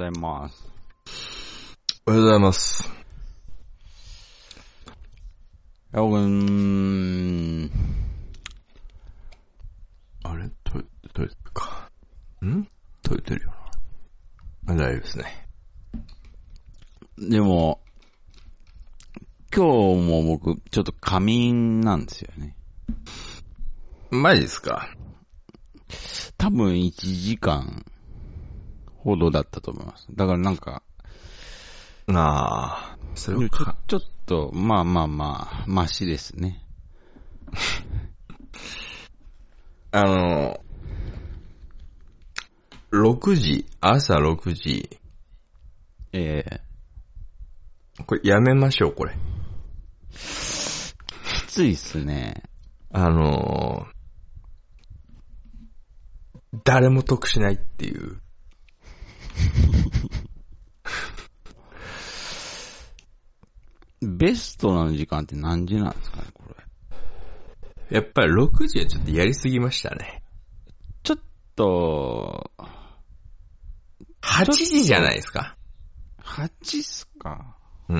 ざいます。 おはようございます。 あれ取れてるか。取れてるよな。大丈夫ですね。 でも、今日も僕、ちょっと仮眠なんですよね。 マジですか？ 多分1時間ほどだったと思います。だからなんか、 それかちょっと、まあ、マシですね。 6時、朝6時。これやめましょう、これ。 きついっすね。 誰も得しないっていう。 ベストな時間って何時なんですかね、これ。 やっぱり6時はちょっとやりすぎましたね。 ちょっと、 8時じゃないですか。 8っすか。 うん。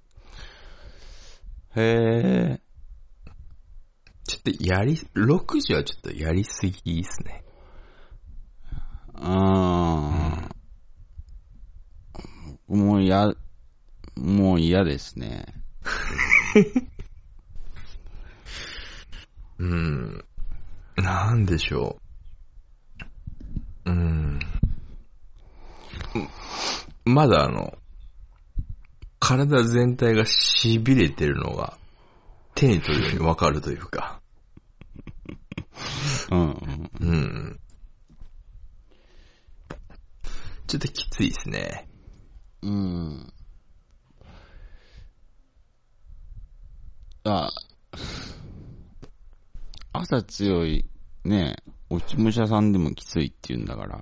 へえ。 ちょっと6時はちょっとやりすぎですね。 もう嫌ですね。 なんでしょう。まだ体全体が痺れてるのが手に取るようにわかるというか。ちょっときついですね。 朝強い、ね、落ち武者さんでもきついって言うんだから。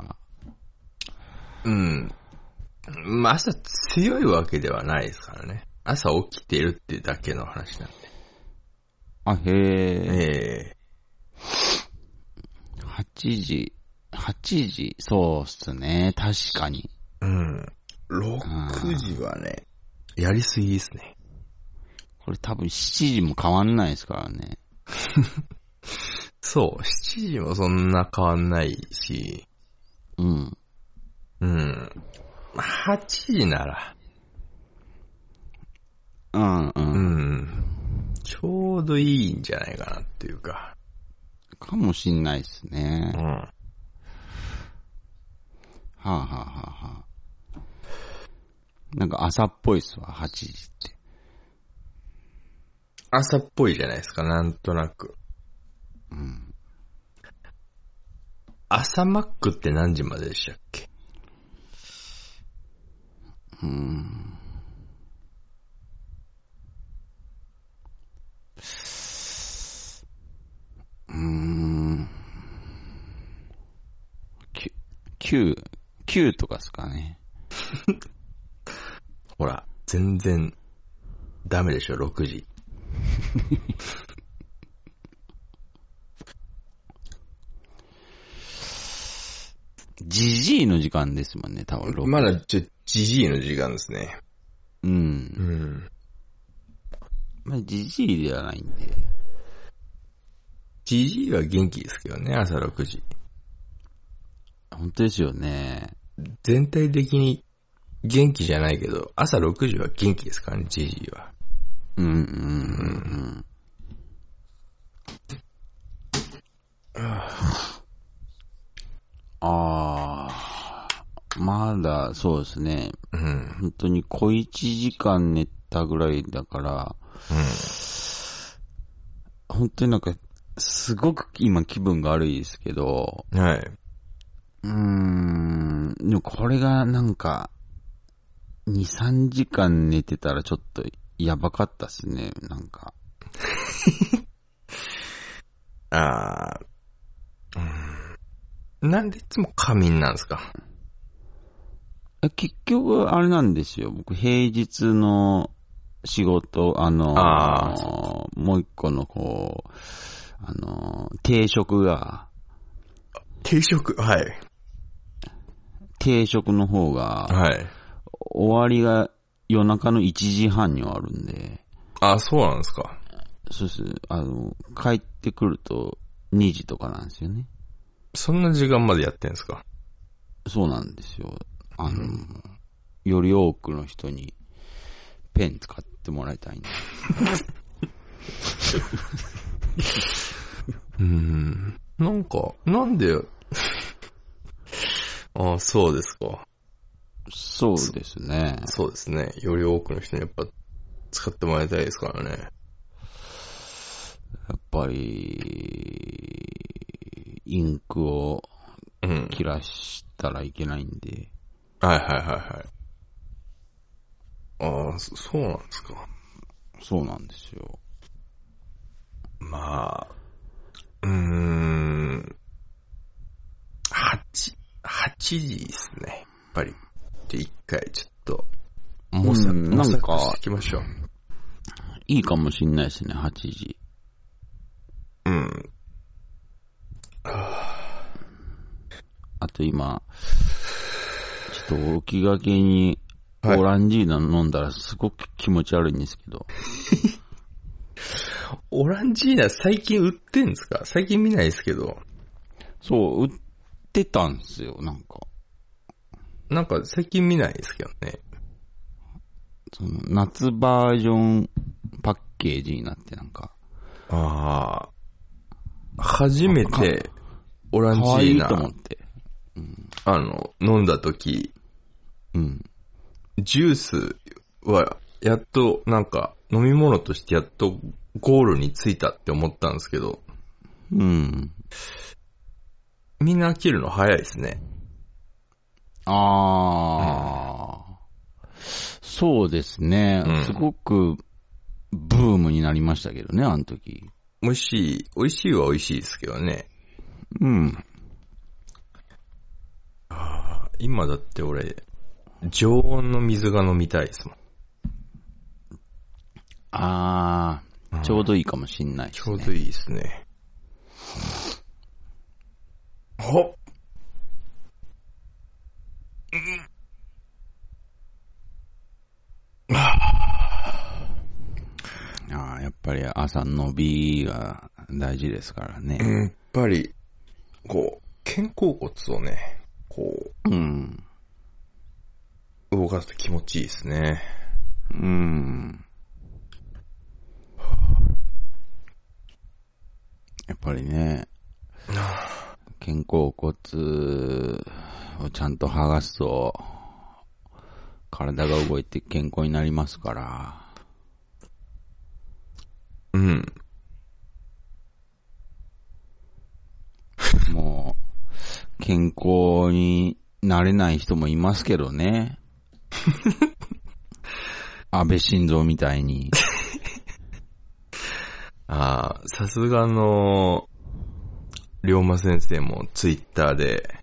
まあ、朝強いわけではないですからね。朝起きてるっていうだけの話なんで。 へえ。8時、そうっすね、確かに。 6時はね、やりすぎですね。 これ多分7時も変わんないですからね。 そう、7時もそんな変わんないし。8時なら。ちょうどいいんじゃないかなっていうか。 かもしんないですね。なんか朝っぽいっすわ、8時って。 朝っぽいじゃないですか、なんとなく。朝マックって何時まででしたっけ 9とかっすかね。 ほら、全然ダメでしょ、6時。 ジジイの時間ですもんね、多分6時。 まだジジイの時間ですね。 まあ、ジジイではないんで。 ジジイは元気ですけどね、朝6時。 本当ですよね。 全体的に元気じゃないけど、朝6時は元気ですからね、ジジイは。 まだそうですね。本当に小1時間寝たぐらいだから、本当になんか、すごく今気分が悪いですけど、 はい。 でもこれがなんか、2、3時間寝てたらちょっとやばかったっすね、なんか。 なんでいつも仮眠なんですか？ 結局、あれなんですよ。僕、平日の仕事、もう一個の定食が。 定食、はい。 定食の方が、 はい。 終わりが夜中の1時半にはあるんで、 あ、そうなんですか。 そうです。帰ってくると2時とかなんですよね。 そんな時間までやってんすか？ そうなんですよ。より多くの人にペン使ってもらいたいんで。 なんか、なんで、あ、そうですか。 そうですね。 そうですね。より多くの人にやっぱ使ってもらいたいですからね。 やっぱり、インクを切らしたらいけないんで。 はいはいはいはい。ああ、そうなんですか。 そうなんですよ。 まあ、8時ですね。やっぱり。で、一回ちょっと、模索していきましょう。 いいかもしんないですね、8時。あと今、ちょっと起きがけにオランジーナ飲んだらすごく気持ち悪いんですけど。 オランジーナ最近売ってんですか？最近見ないですけど。 そう、売ってたんですよ、なんか。 なんか最近見ないですけどね。 その夏バージョンパッケージになってなんか。 ああ。初めてオランジーナ。 可愛いと思って。 飲んだ時。ジュースはやっとなんか飲み物としてやっとゴールに着いたって思ったんですけど。みんな飽きるの早いですね。 そうですね、すごくブームになりましたけどね、あの時。 美味しいは美味しいですけどね。今だって俺、常温の水が飲みたいですもん。 ちょうどいいかもしんないですね。 ちょうどいいですね。ほっ。 やっぱり朝伸びが大事ですからね。 やっぱり、こう、肩甲骨をね、こう、動かすと気持ちいいですね。 やっぱりね、肩甲骨をちゃんと剥がすと、体が動いて健康になりますから。もう、健康になれない人もいますけどね。安倍晋三みたいに。 さすが龍馬先生もツイッターで、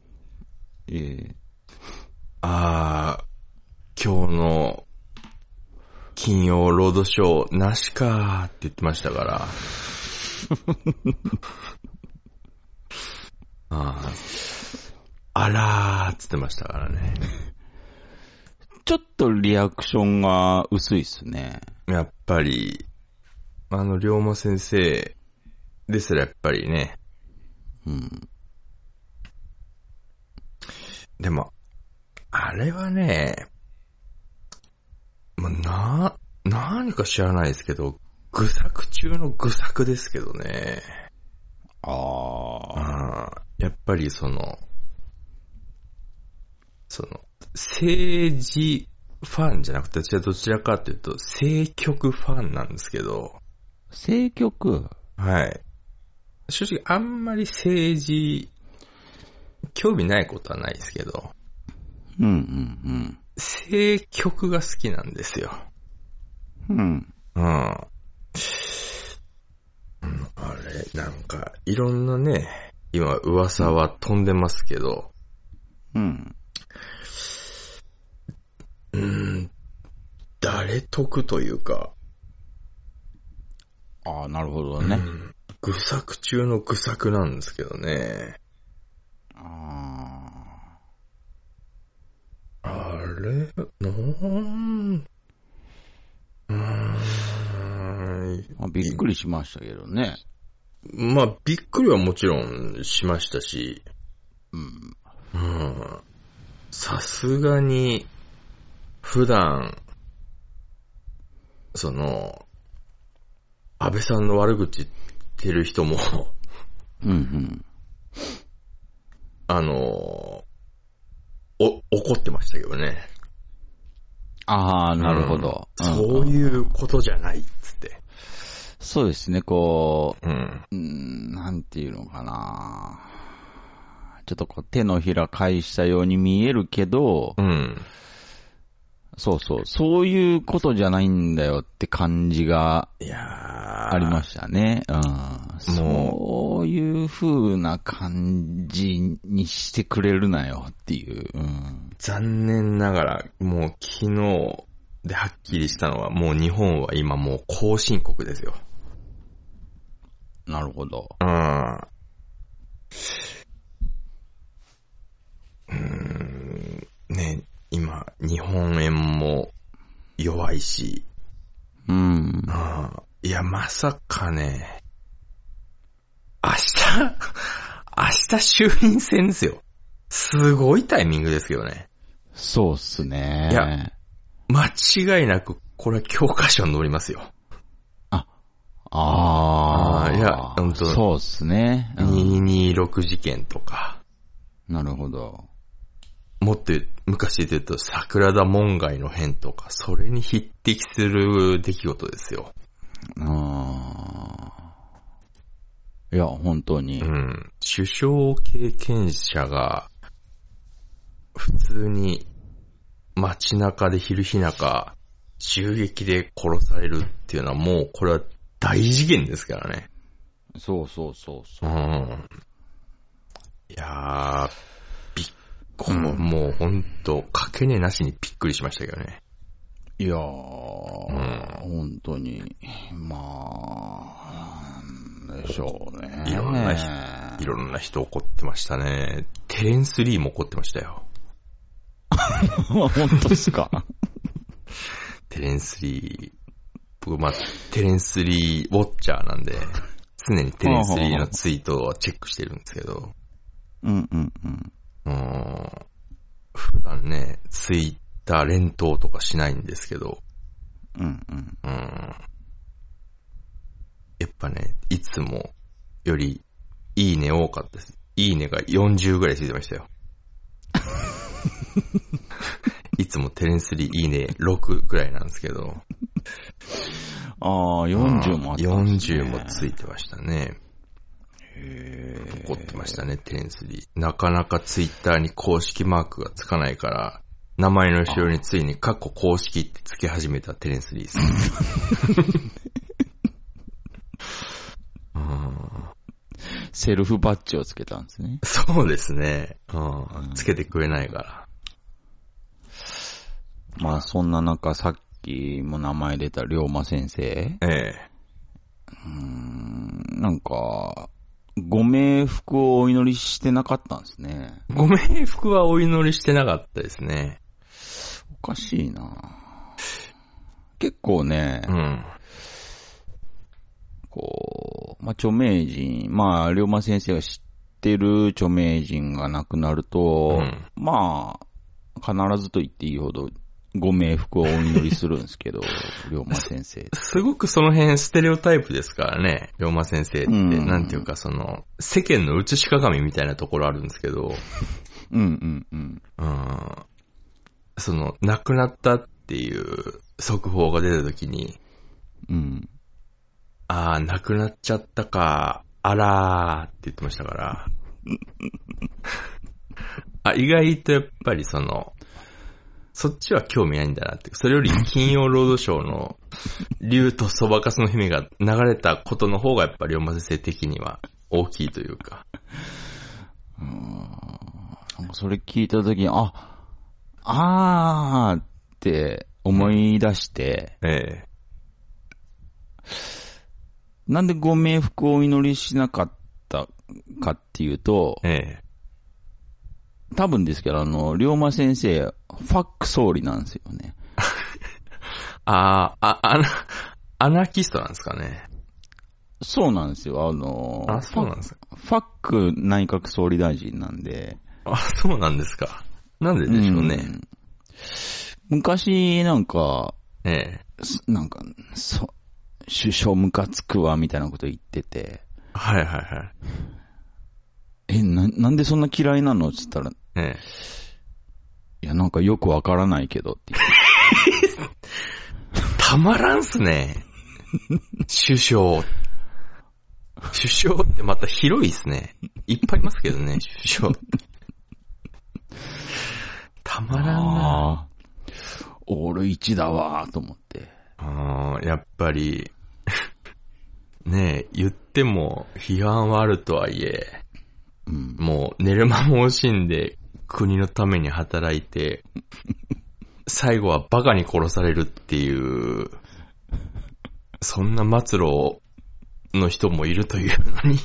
今日の金曜ロードショーなしかーって言ってましたから。あらーって言ってましたからね。 ちょっとリアクションが薄いっすね。 やっぱり、龍馬先生ですらやっぱりね。でも、あれはね、何か知らないですけど、愚策中の愚策ですけどね。やっぱり政治ファンじゃなくて、私はどちらかというと、政局ファンなんですけど。 政局？ はい。正直あんまり政治、興味ないことはないですけど。政局が好きなんですよ。あれ、なんか、いろんなね、今噂は飛んでますけど。誰得というか。 なるほどね。 愚策中の愚策なんですけどね。 しましたけどね。 まあ、びっくりはもちろんしましたし、 うん。 うん。さすがに、普段、その、安倍さんの悪口言ってる人もうんうん。 怒ってましたけどね。 ああ、なるほど、 そういうことじゃないっつって。 そうですね、こう、 うん。 なんていうのかな。ちょっとこう手のひら返したように見えるけど、 うん。 そうそう、そういうことじゃないんだよって感じがありましたね。うん、そういう風な感じにしてくれるなよっていう。うん、 残念ながら、もう昨日ではっきりしたのは、もう日本は今もう後進国ですよ。 なるほど。 ね、今、日本円も弱いし、いや、まさかね、明日衆院選ですよ。すごいタイミングですけどね。 そうっすね。 いや、間違いなく、これは教科書に載りますよ。いや、本当そうっすね。 226事件とか。 なるほど。 もっと昔で言うと、桜田門外の変とか、それに匹敵する出来事ですよ。 いや、本当に。 首相経験者が、普通に街中で昼日中、襲撃で殺されるっていうのはもう、これは大事件ですからね。 そうそうそうそう。 いやー、もうほんと、かけねなしにびっくりしましたけどね。 いやー、本当に、まあ、なんでしょうね。 いろんな人怒ってましたね。テレンス・リーも怒ってましたよ。 本当ですか？ テレンス・リー、僕テレンス・リーウォッチャーなんで、常にテレンス・リーのツイートをチェックしてるんですけど、普段ね、ツイッター連投とかしないんですけど、やっぱね、いつもよりいいね多かったです。いいねが40ぐらいついてましたよ。いつもテレンスリーいいね6ぐらいなんですけど。 40もあったんですね。 40もついてましたね。怒ってましたね、テレンスリー。なかなかツイッターに公式マークがつかないから、名前の後ろについに過去公式ってつけ始めたテレンスリーです。 セルフバッジをつけたんですね。 そうですね。つけてくれないから。 まあそんな中、さっきも名前出た龍馬先生。なんか、ご冥福をお祈りしてなかったんですね。 ご冥福はお祈りしてなかったですね。 おかしいな。結構ね、こう、著名人、龍馬先生が知ってる著名人が亡くなると、必ずと言っていいほどご冥福をお祈りするんですけど、龍馬先生。 すごくその辺ステレオタイプですからね、龍馬先生って。なんていうか世間の映し鏡みたいなところあるんですけど、亡くなったっていう速報が出た時に、亡くなっちゃったか、あらーって言ってましたから。意外とやっぱりそっちは興味ないんだなって。それより金曜ロードショーの竜とそばかすの姫が流れたことの方がやっぱり龍馬先生的には大きいというか。 それ聞いたときに、って思い出して、なんでご冥福をお祈りしなかったかっていうと、多分ですけど、龍馬先生、ファック総理なんですよね。 アナキストなんですかね。 そうなんですよ。 そうなんですか。 ファック内閣総理大臣なんで。 そうなんですか。なんででしょうね。 昔、なんか、 ええ。 なんか、首相ムカつくわ、みたいなこと言ってて。 はいはいはい。 なんでそんな嫌いなのって言ったら、 ええ。 いや、なんかよくわからないけどって言って。 たまらんすね。首相ってまた広いっすね。いっぱいいますけどね、首相。たまらんな。 オール1だわーと思って。 やっぱり、ねえ、言っても批判はあるとはいえ、もう寝る間も惜しんで国のために働いて、最後はバカに殺されるっていう、そんな末路の人もいるというのに、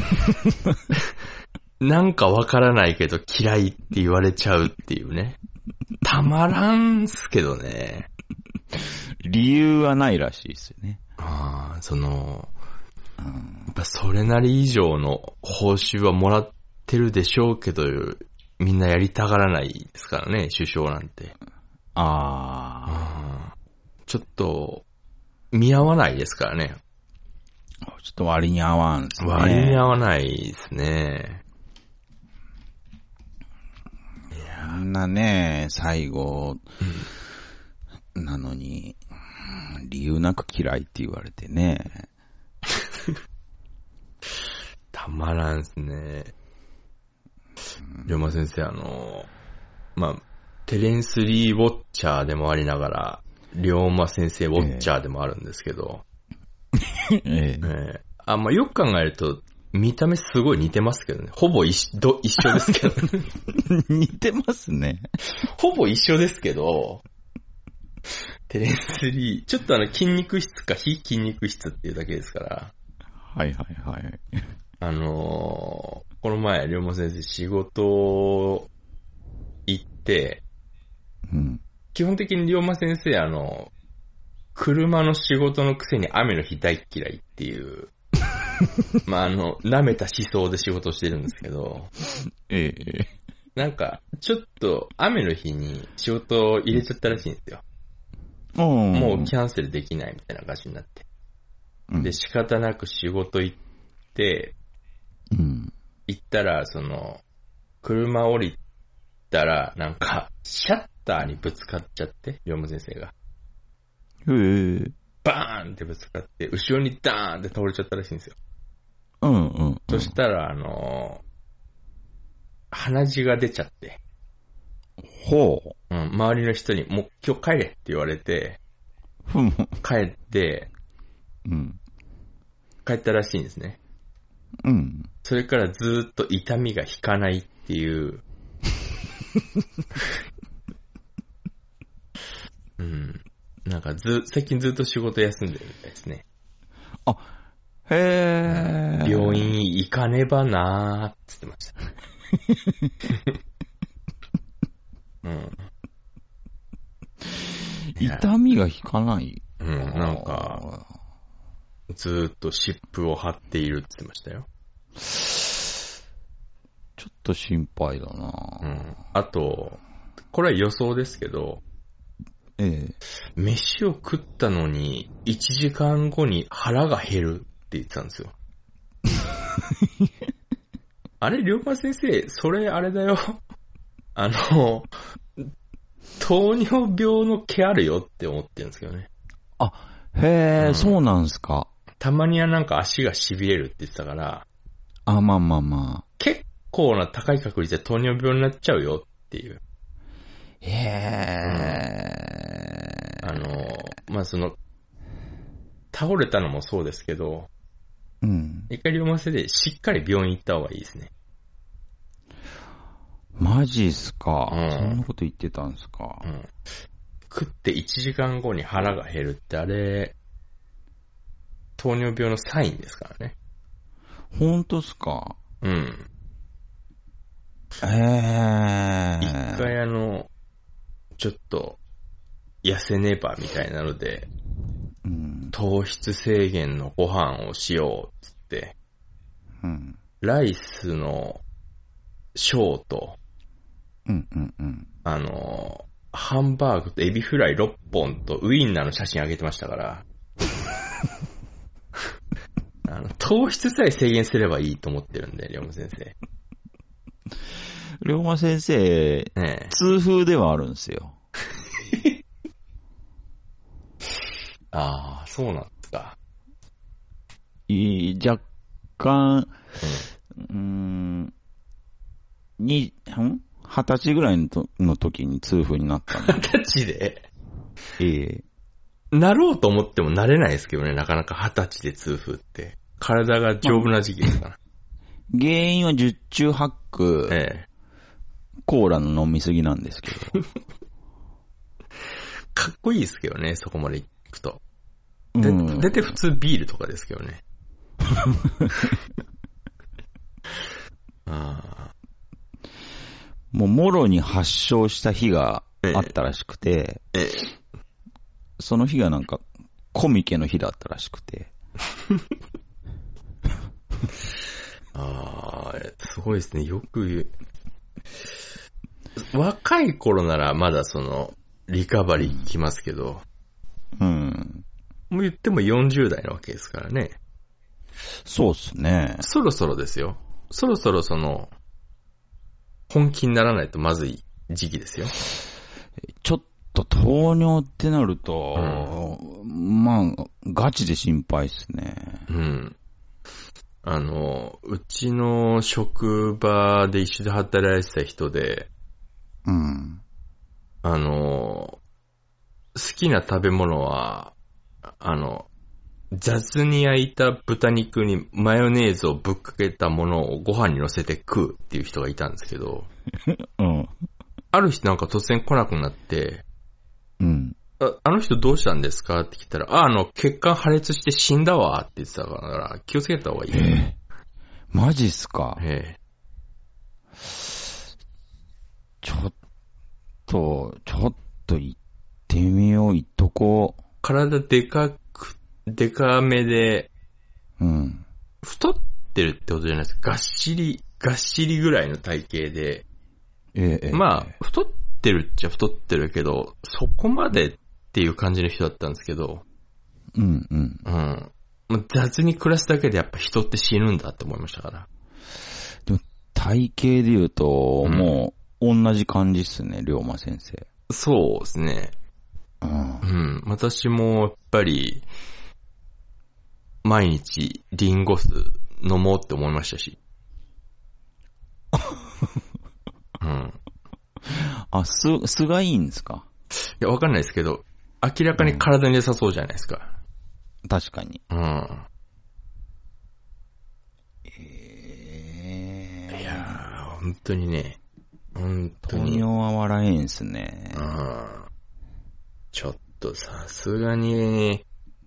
なんかわからないけど嫌いって言われちゃうっていうね。たまらんすけどね。 理由はないらしいですよね。 やっぱそれなり以上の報酬はもらってるでしょうけど、みんなやりたがらないですからね、首相なんて。ちょっと、見合わないですからね。 ちょっと割に合わんですね。 割に合わないですね。 あんなね、最後、なのに、理由なく嫌いって言われてね。 たまらんすね。龍馬先生、テレンス・リー・ウォッチャーでもありながら、龍馬先生・ウォッチャーでもあるんですけど、よく考えると、見た目すごい似てますけどね。ほぼ一緒ですけど。 似てますね。 ほぼ一緒ですけど、テレンス・リー、ちょっと筋肉質か非筋肉質っていうだけですから。 はいはいはい。 この前、龍馬先生仕事行って、基本的に龍馬先生、車の仕事のくせに雨の日大嫌いっていう、舐めた思想で仕事してるんですけど、なんか、ちょっと雨の日に仕事を入れちゃったらしいんですよ。もうキャンセルできないみたいな感じになって。で、仕方なく仕事行って、行ったら、車降りたら、なんか、シャッターにぶつかっちゃって、龍馬先生が。バーンってぶつかって、後ろにダーンって倒れちゃったらしいんですよ。そしたら、鼻血が出ちゃって。周りの人に、もう今日帰れって言われて、帰って、帰ったらしいんですね。それからずーっと痛みが引かないっていう、なんか最近ずっと仕事休んでるみたいですね。病院行かねばなーって言ってました。 痛みが引かない。 なんか、ずーっと湿布を貼っているって言ってましたよ。 ちょっと心配だな。 あと、これは予想ですけど、飯を食ったのに1時間後に腹が減るって言ってたんですよ。あれ、龍馬先生、それあれだよ。糖尿病の毛あるよって思ってるんですけどね。 そうなんすか。 たまにはなんか足が痺れるって言ってたから。結構な高い確率で糖尿病になっちゃうよっていう。倒れたのもそうですけど、一回龍馬先生しっかり病院行った方がいいですね。 マジっすか。そんなこと言ってたんすか。 食って1時間後に腹が減るってあれ、糖尿病のサインですからね。 ほんとっすか。 一回ちょっと痩せねばみたいなので、 糖質制限のご飯をしようっつって、 うん。 ライスの小と、 うんうんうん。 ハンバーグとエビフライ6本とウインナーの写真あげてましたから、糖質さえ制限すればいいと思ってるんで、龍馬先生。 龍馬先生、痛風ではあるんですよ。 ああ、そうなんですか。 若干、20歳ぐらいの時に痛風になったんで。 20歳でなろうと思ってもなれないですけどね、なかなか20歳で痛風って。体が丈夫な時期ですから。 原因は十中八九、コーラの飲みすぎなんですけど。 かっこいいですけどね、そこまで行くと。出て普通ビールとかですけどね。 もうもろに発症した日があったらしくて、その日がなんかコミケの日だったらしくて。 すごいですね。よく若い頃ならまだリカバリーきますけど、もう言っても40代なわけですからね。 そうっすね。 そろそろですよ。そろそろ本気にならないとまずい時期ですよ。 ちょっと糖尿ってなると、まあ、ガチで心配っすね。 うちの職場で一緒で働いてた人で、好きな食べ物は、雑に焼いた豚肉にマヨネーズをぶっかけたものをご飯に乗せて食うっていう人がいたんですけど、ある日なんか突然来なくなって、あの人どうしたんですかって聞いたら、血管破裂して死んだわって言ってたから、気をつけた方がいい。 マジっすか。ちょっと行ってみよう、行っとこう。 体でかめで、太ってるってことじゃないですか。がっしりぐらいの体型で、まあ、太ってるっちゃ太ってるけど、そこまでっていう感じの人だったんですけど、雑に暮らすだけでやっぱ人って死ぬんだって思いましたから。 でも体型で言うと、もう同じ感じっすね、龍馬先生。 そうですね。私もやっぱり、毎日リンゴ酢飲もうって思いましたし。 酢がいいんですか？ いや、わかんないですけど、明らかに体に良さそうじゃないですか。 確かに。 いやー、本当にね、 糖尿は笑えんすね。 ちょっとさすがに、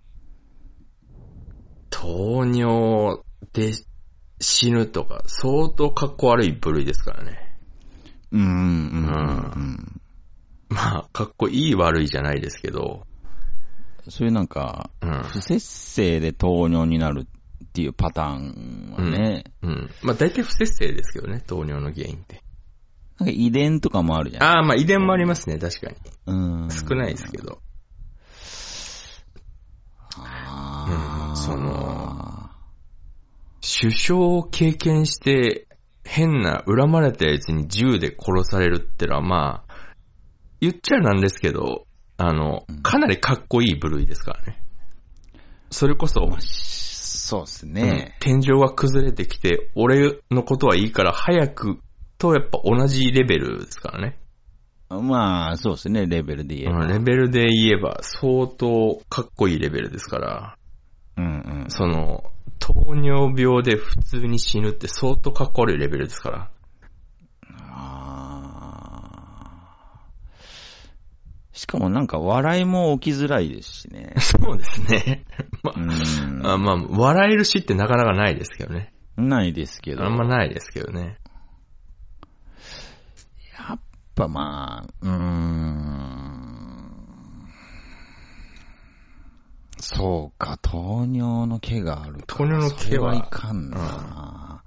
糖尿で死ぬとか、相当かっこ悪い部類ですからね。まあ、かっこいい悪いじゃないですけど。 そういうなんか、不節制で糖尿になるっていうパターンはね。 まあ大体不節制ですけどね、糖尿の原因って。 なんか遺伝とかもあるじゃん。 まあ遺伝もありますね、確かに。少ないですけど。首相を経験して、変な恨まれたやつに銃で殺されるってのはまあ、言っちゃなんですけど、かなりかっこいい部類ですからね。それこそ、 そうですね、 天井が崩れてきて、俺のことはいいから早くとやっぱ同じレベルですからね。 まあ、そうですね、レベルで言えば。 レベルで言えば相当かっこいいレベルですから、糖尿病で普通に死ぬって相当かっこ悪いレベルですから。 しかもなんか笑いも起きづらいですしね。 そうですね。まあ、笑える死ってなかなかないですけどね。 ないですけど。 あんまないですけどね。 やっぱまあ、 そうか、糖尿の毛があるから。 糖尿の毛はそれはいかんな、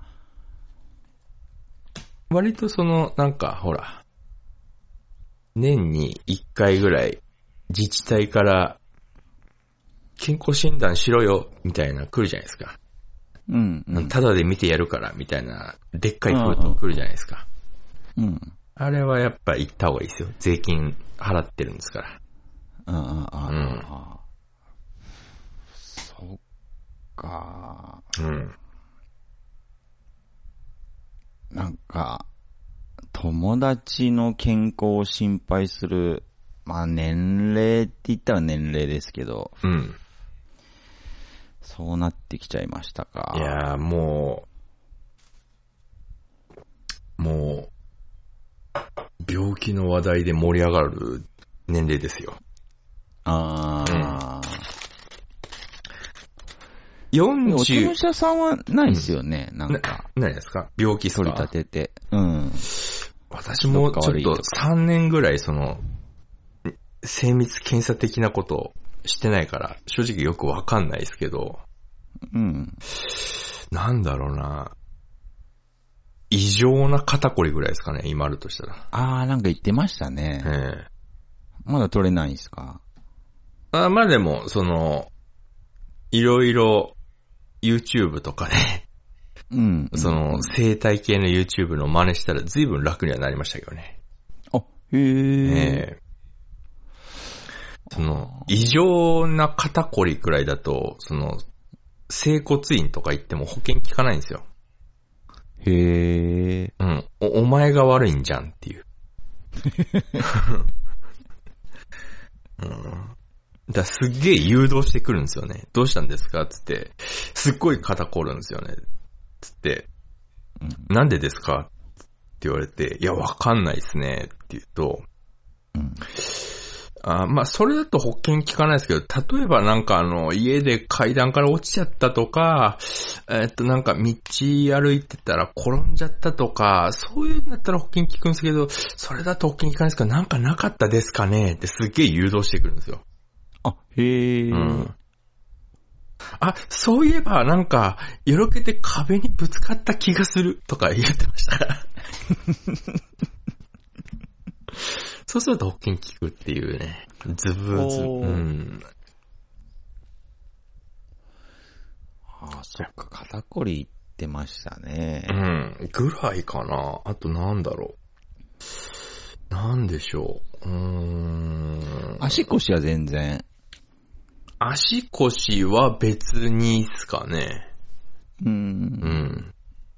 割となんかほら、年に1回ぐらい自治体から健康診断しろよみたいな来るじゃないですか。 うんうん。 ただで見てやるからみたいなでっかい封筒来るじゃないですか。 うん。 あれはやっぱ行った方がいいですよ。税金払ってるんですから。 そっか。 うん。 なんか、友達の健康を心配する、まあ年齢って言ったら年齢ですけど、 うん。 そうなってきちゃいましたか。 いやーもう、病気の話題で盛り上がる年齢ですよ。40、 お注射さんはないですよね、なんか。 何ですか病気っすか取り立てて。うん。 私もちょっと3年ぐらい精密検査的なことしてないから、正直よくわかんないですけど、 うん。 なんだろうな。異常な肩こりぐらいですかね、今あるとしたら。 なんか言ってましたね。まだ取れないんですか？ まあでも、いろいろ YouTube とかで、 うん。 生態系の YouTube の真似したら随分楽にはなりましたけどね。 へー。 異常な肩こりくらいだと、整骨院とか行っても保険効かないんですよ。 へー。 うん。お前が悪いんじゃんっていう。うん。すっげえ誘導してくるんですよね。どうしたんですかつって、すっごい肩こるんですよね。つって、なんでですかって言われて、いや、わかんないですね。って言うと、まあ、それだと保険効かないですけど、例えばなんか家で階段から落ちちゃったとか、なんか道歩いてたら転んじゃったとか、そういうんだったら保険効くんですけど、それだと保険効かないですから、なんかなかったですかねってすっげえ誘導してくるんですよ。 へー。 そういえばなんか、よろけて壁にぶつかった気がするとか言ってました。そうすると保険効くっていうね。ズブーズ。うん。 そっか、肩こり言ってましたね。 うん。ぐらいかな。あとなんだろう。なんでしょう。 足腰は全然。 足腰は別にっすかね。うん。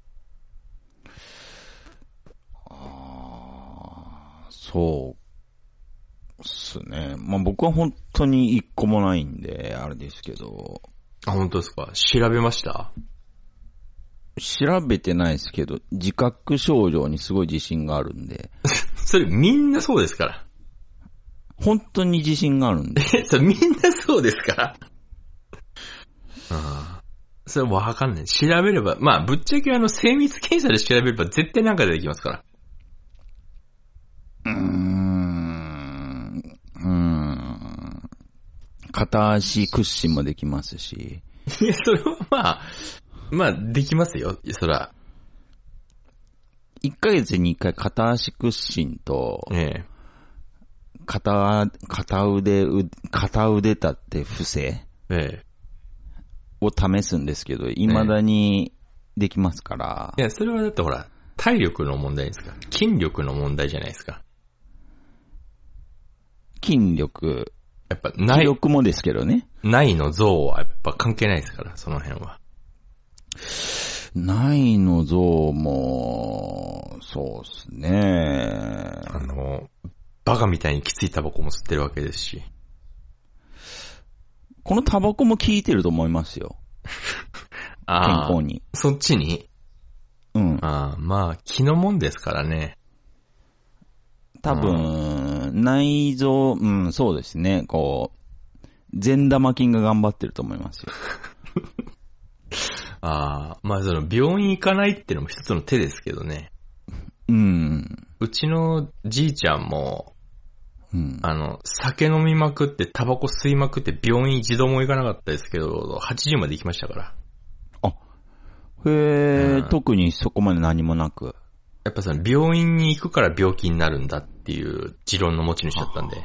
そうっすね。まあ僕は本当に一個もないんで、あれですけど。 本当ですか？調べました？ 調べてないですけど、自覚症状にすごい自信があるんで。 それみんなそうですから。 本当に自信があるんで。 それみんなそうですから。それわかんない。調べれば、まあぶっちゃけ精密検査で調べれば絶対なんか出てきますから。 片足屈伸もできますし。 いや、それはまあ、できますよ、そら。 1ヶ月に1回片足屈伸と、片腕立って伏せを試すんですけど、未だにできますから。 いや、それはだってほら、体力の問題ですか？筋力の問題じゃないですか。 筋力。 やっぱない。 気力もですけどね。 ないの像はやっぱ関係ないですから、その辺は。 ないの像も、そうですね。 バカみたいにきついタバコも吸ってるわけですし。 このタバコも効いてると思いますよ。健康に。 そっちに？ うん。 まあ、気のもんですからね。 多分、内臓、そうですね。善玉菌が頑張ってると思いますよ。 まあ、病院行かないっていうのも一つの手ですけどね。うちのじいちゃんも、 酒飲みまくって、タバコ吸いまくって病院一度も行かなかったですけど、80まで行きましたから。 あ、へえ、特にそこまで何もなく。 やっぱ病院に行くから病気になるんだっていう持論の持ち主だったんで。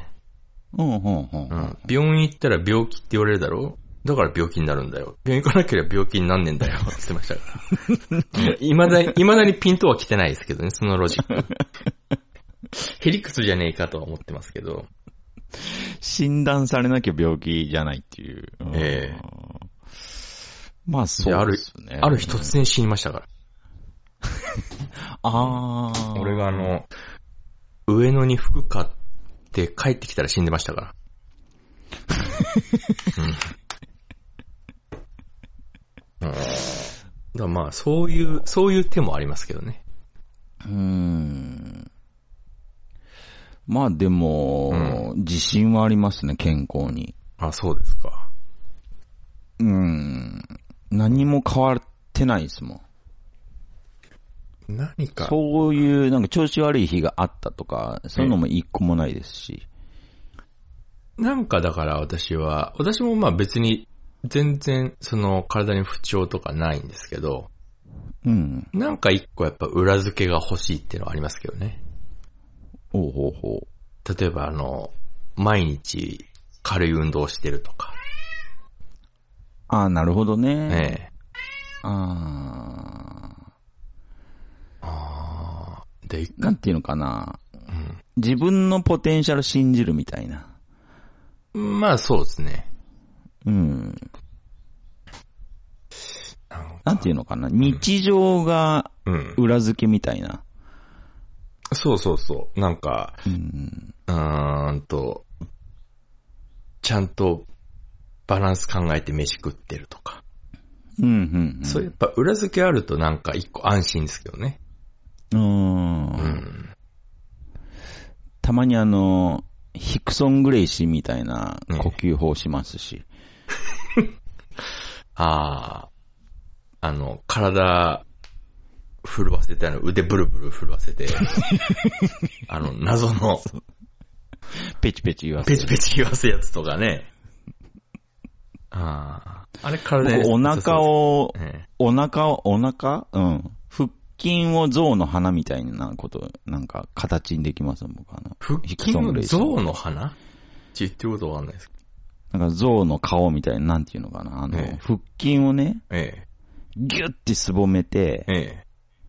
病院行ったら病気って言われるだろ？だから病気になるんだよ。病院行かなければ病気になんねんだよって言ってましたから。未だにピントは来てないですけどね、そのロジック。へりくつじゃねえかとは思ってますけど。 診断されなきゃ病気じゃないっていう。まあそうですね。 ある日突然死にましたから。俺が上野に服買って帰ってきたら死んでましたから。だまあそういう手もありますけどね。 まあでも、自信はありますね、健康に。 あ、そうですか。 何も変わってないですもん。 何か。 そういう、なんか調子悪い日があったとか、そういうのも一個もないですし。 なんかだから私もまあ別に全然体に不調とかないんですけど、なんか一個やっぱ裏付けが欲しいっていうのはありますけどね。例えば毎日軽い運動をしてるとか。 ああ、なるほどね。なんていうのかな、自分のポテンシャル信じるみたいな。 まあそうですね。 なんていうのかな、日常が裏付けみたいな。 そう。なんか、ちゃんとバランス考えて飯食ってるとか。そうやっぱ裏付けあるとなんか一個安心ですけどね。 たまにヒクソン・グレイシーみたいな呼吸法しますし。 体震わせて、腕ブルブル震わせて、謎の、 ペチペチ言わすやつとかね。あれ体に。 お腹、腹筋を象の鼻みたいなこと、なんか形にできますもん、僕腹筋を象の鼻言ってることわかんないですけど。なんか象の顔みたいな、なんていうのかな。腹筋をね、ギュッてすぼめて、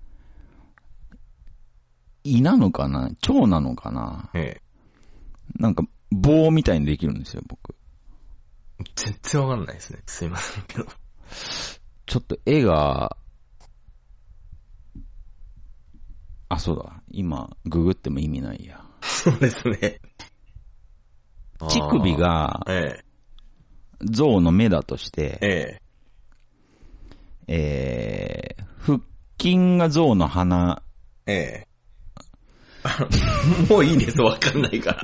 胃なのかな腸なのかな、なんか棒みたいにできるんですよ、僕。 全然わかんないですね。すいませんけど。 ちょっと絵が、そうだ。今、ググっても意味ないや。 そうですね。 乳首が、象の目だとして、腹筋が象の鼻。 もういいです、わかんないから。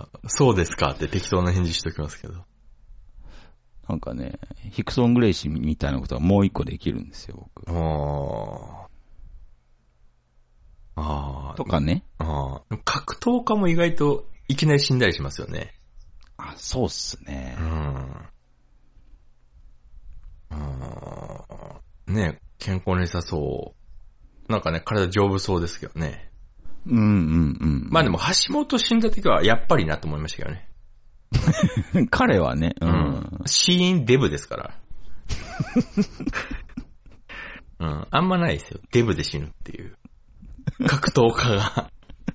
そうですかって適当な返事しときますけど。 なんかね、ヒクソン・グレイシーみたいなことがもう一個できるんですよ、僕。とかね。 格闘家も意外といきなり死んだりしますよね。 そうっすね。 ね、健康に良さそう。なんかね、体丈夫そうですけどね。まあでも橋本死んだ時はやっぱりなと思いましたけどね。 彼はね、 死因デブですから。あんまないですよ。デブで死ぬっていう。格闘家が。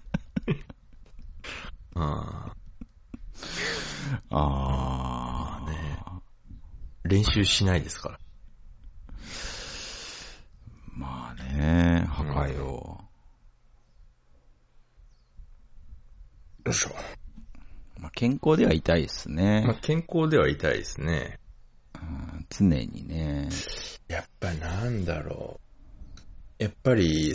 ね。練習しないですから。 まあね、破壊を。 よいしょ。 健康ではいたいですね。 健康ではいたいですね。 常にね。 やっぱりなんだろう。やっぱり、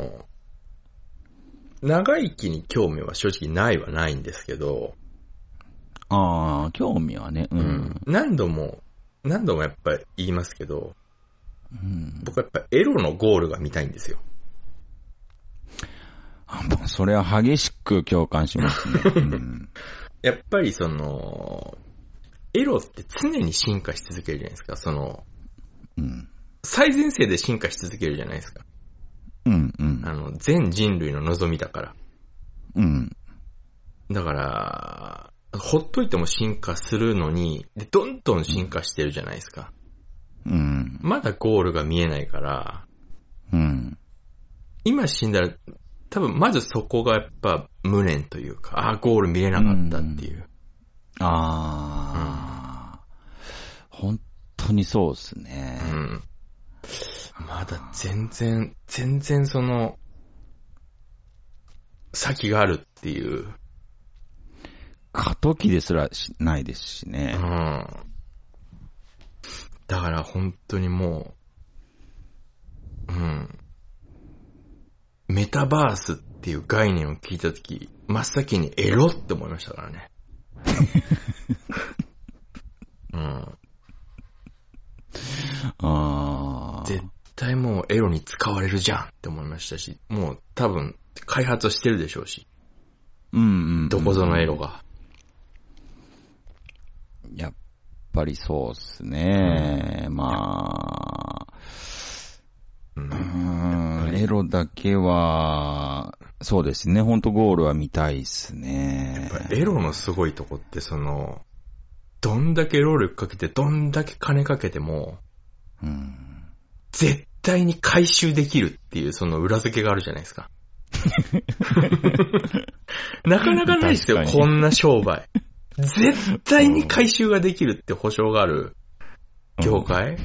長生きに興味は正直ないんですけど。 興味はね。 何度もやっぱり言いますけど、僕はやっぱエロのゴールが見たいんですよ。 もうそれは激しく共感しますね。うん、 やっぱりエロって常に進化し続けるじゃないですか。 うん、 最前線で進化し続けるじゃないですか。 うんうん、 全人類の望みだから。 うん。 だから、ほっといても進化するのに、で、どんどん進化してるじゃないですか。 うん。 まだゴールが見えないから、 うん。 今死んだら、多分まずそこがやっぱ無念というか、ゴール見れなかったっていう。 本当にそうですね。 うん。まだ全然先があるっていう。 過渡期ですらないですしね。 うん。だから本当にもう、うん。メタバースっていう概念を聞いたとき、真っ先にエロって思いましたからね。うん。絶対もうエロに使われるじゃんって思いましたし、もう多分開発してるでしょうし。どこぞのエロが。 やっぱりそうっすね。エロだけは、そうですね。ほんとゴールは見たいっすね。 やっぱエロのすごいとこってどんだけ労力かけて、どんだけ金かけても、絶対に回収できるっていうその裏付けがあるじゃないですか。なかなかないですよ、こんな商売。絶対に回収ができるって保証がある業界、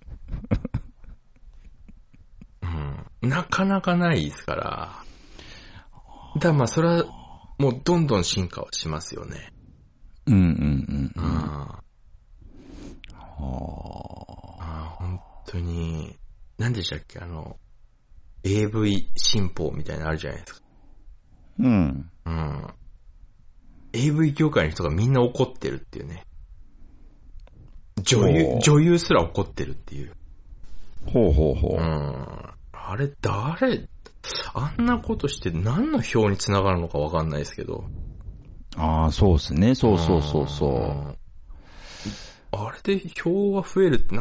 なかなかないですから。だからそれはもうどんどん進化はしますよね。本当に、何でしたっけAV 新法みたいなのあるじゃないですか。AV 業界の人がみんな怒ってるっていうね。女優すら怒ってるっていう。あれあんなことして何の票につながるのかわかんないですけど。 そうですね。そう。 あれで票が増えるって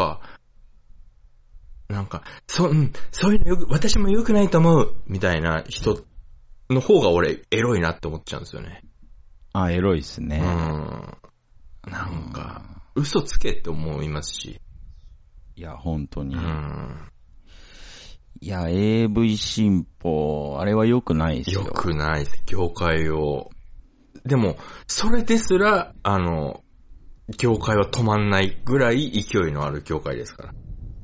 そういうの私も良くないと思うみたいな人の方が俺エロいなって思っちゃうんですよね。 エロいっすね。 嘘つけって思いますし。 いや、本当に。いや、AV 新法、あれは良くないですよ。 良くないです。業界を。でも、それですら、業界は止まんないぐらい勢いのある業界ですから。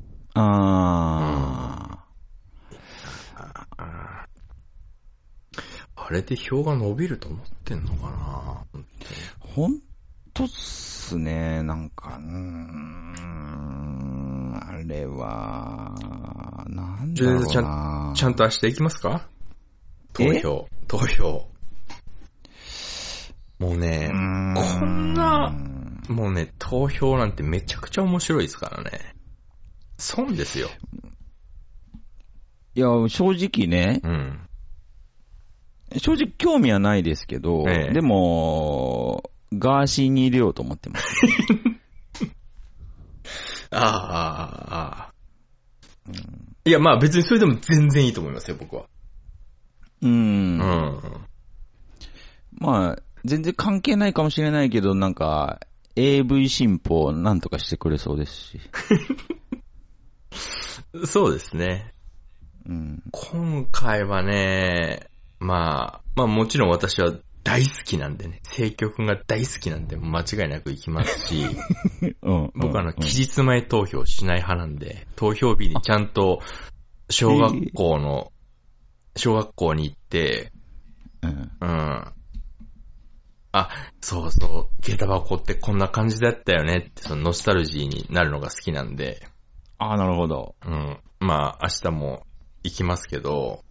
あれで票が伸びると思ってんのかな。 本当っすね。あれは、なんだろうな。 ちゃんと明日行きますか？投票。もうね、こんな、もうね、投票なんてめちゃくちゃ面白いですからね。損ですよ。 いや、正直ね、正直興味はないですけど、でも、ガーシーに入れようと思ってます。 いや、まあ別にそれでも全然いいと思いますよ、僕は。 まあ、全然関係ないかもしれないけど、AV 新法なんとかしてくれそうですし。 そうですね。今回はね、まあもちろん私は大好きなんでね、政局が大好きなんで間違いなく行きますし、僕は期日前投票しない派なんで、投票日にちゃんと小学校に行って、そうそう、下駄箱ってこんな感じだったよねって、そのノスタルジーになるのが好きなんで。 なるほど。 まあ明日も行きますけど、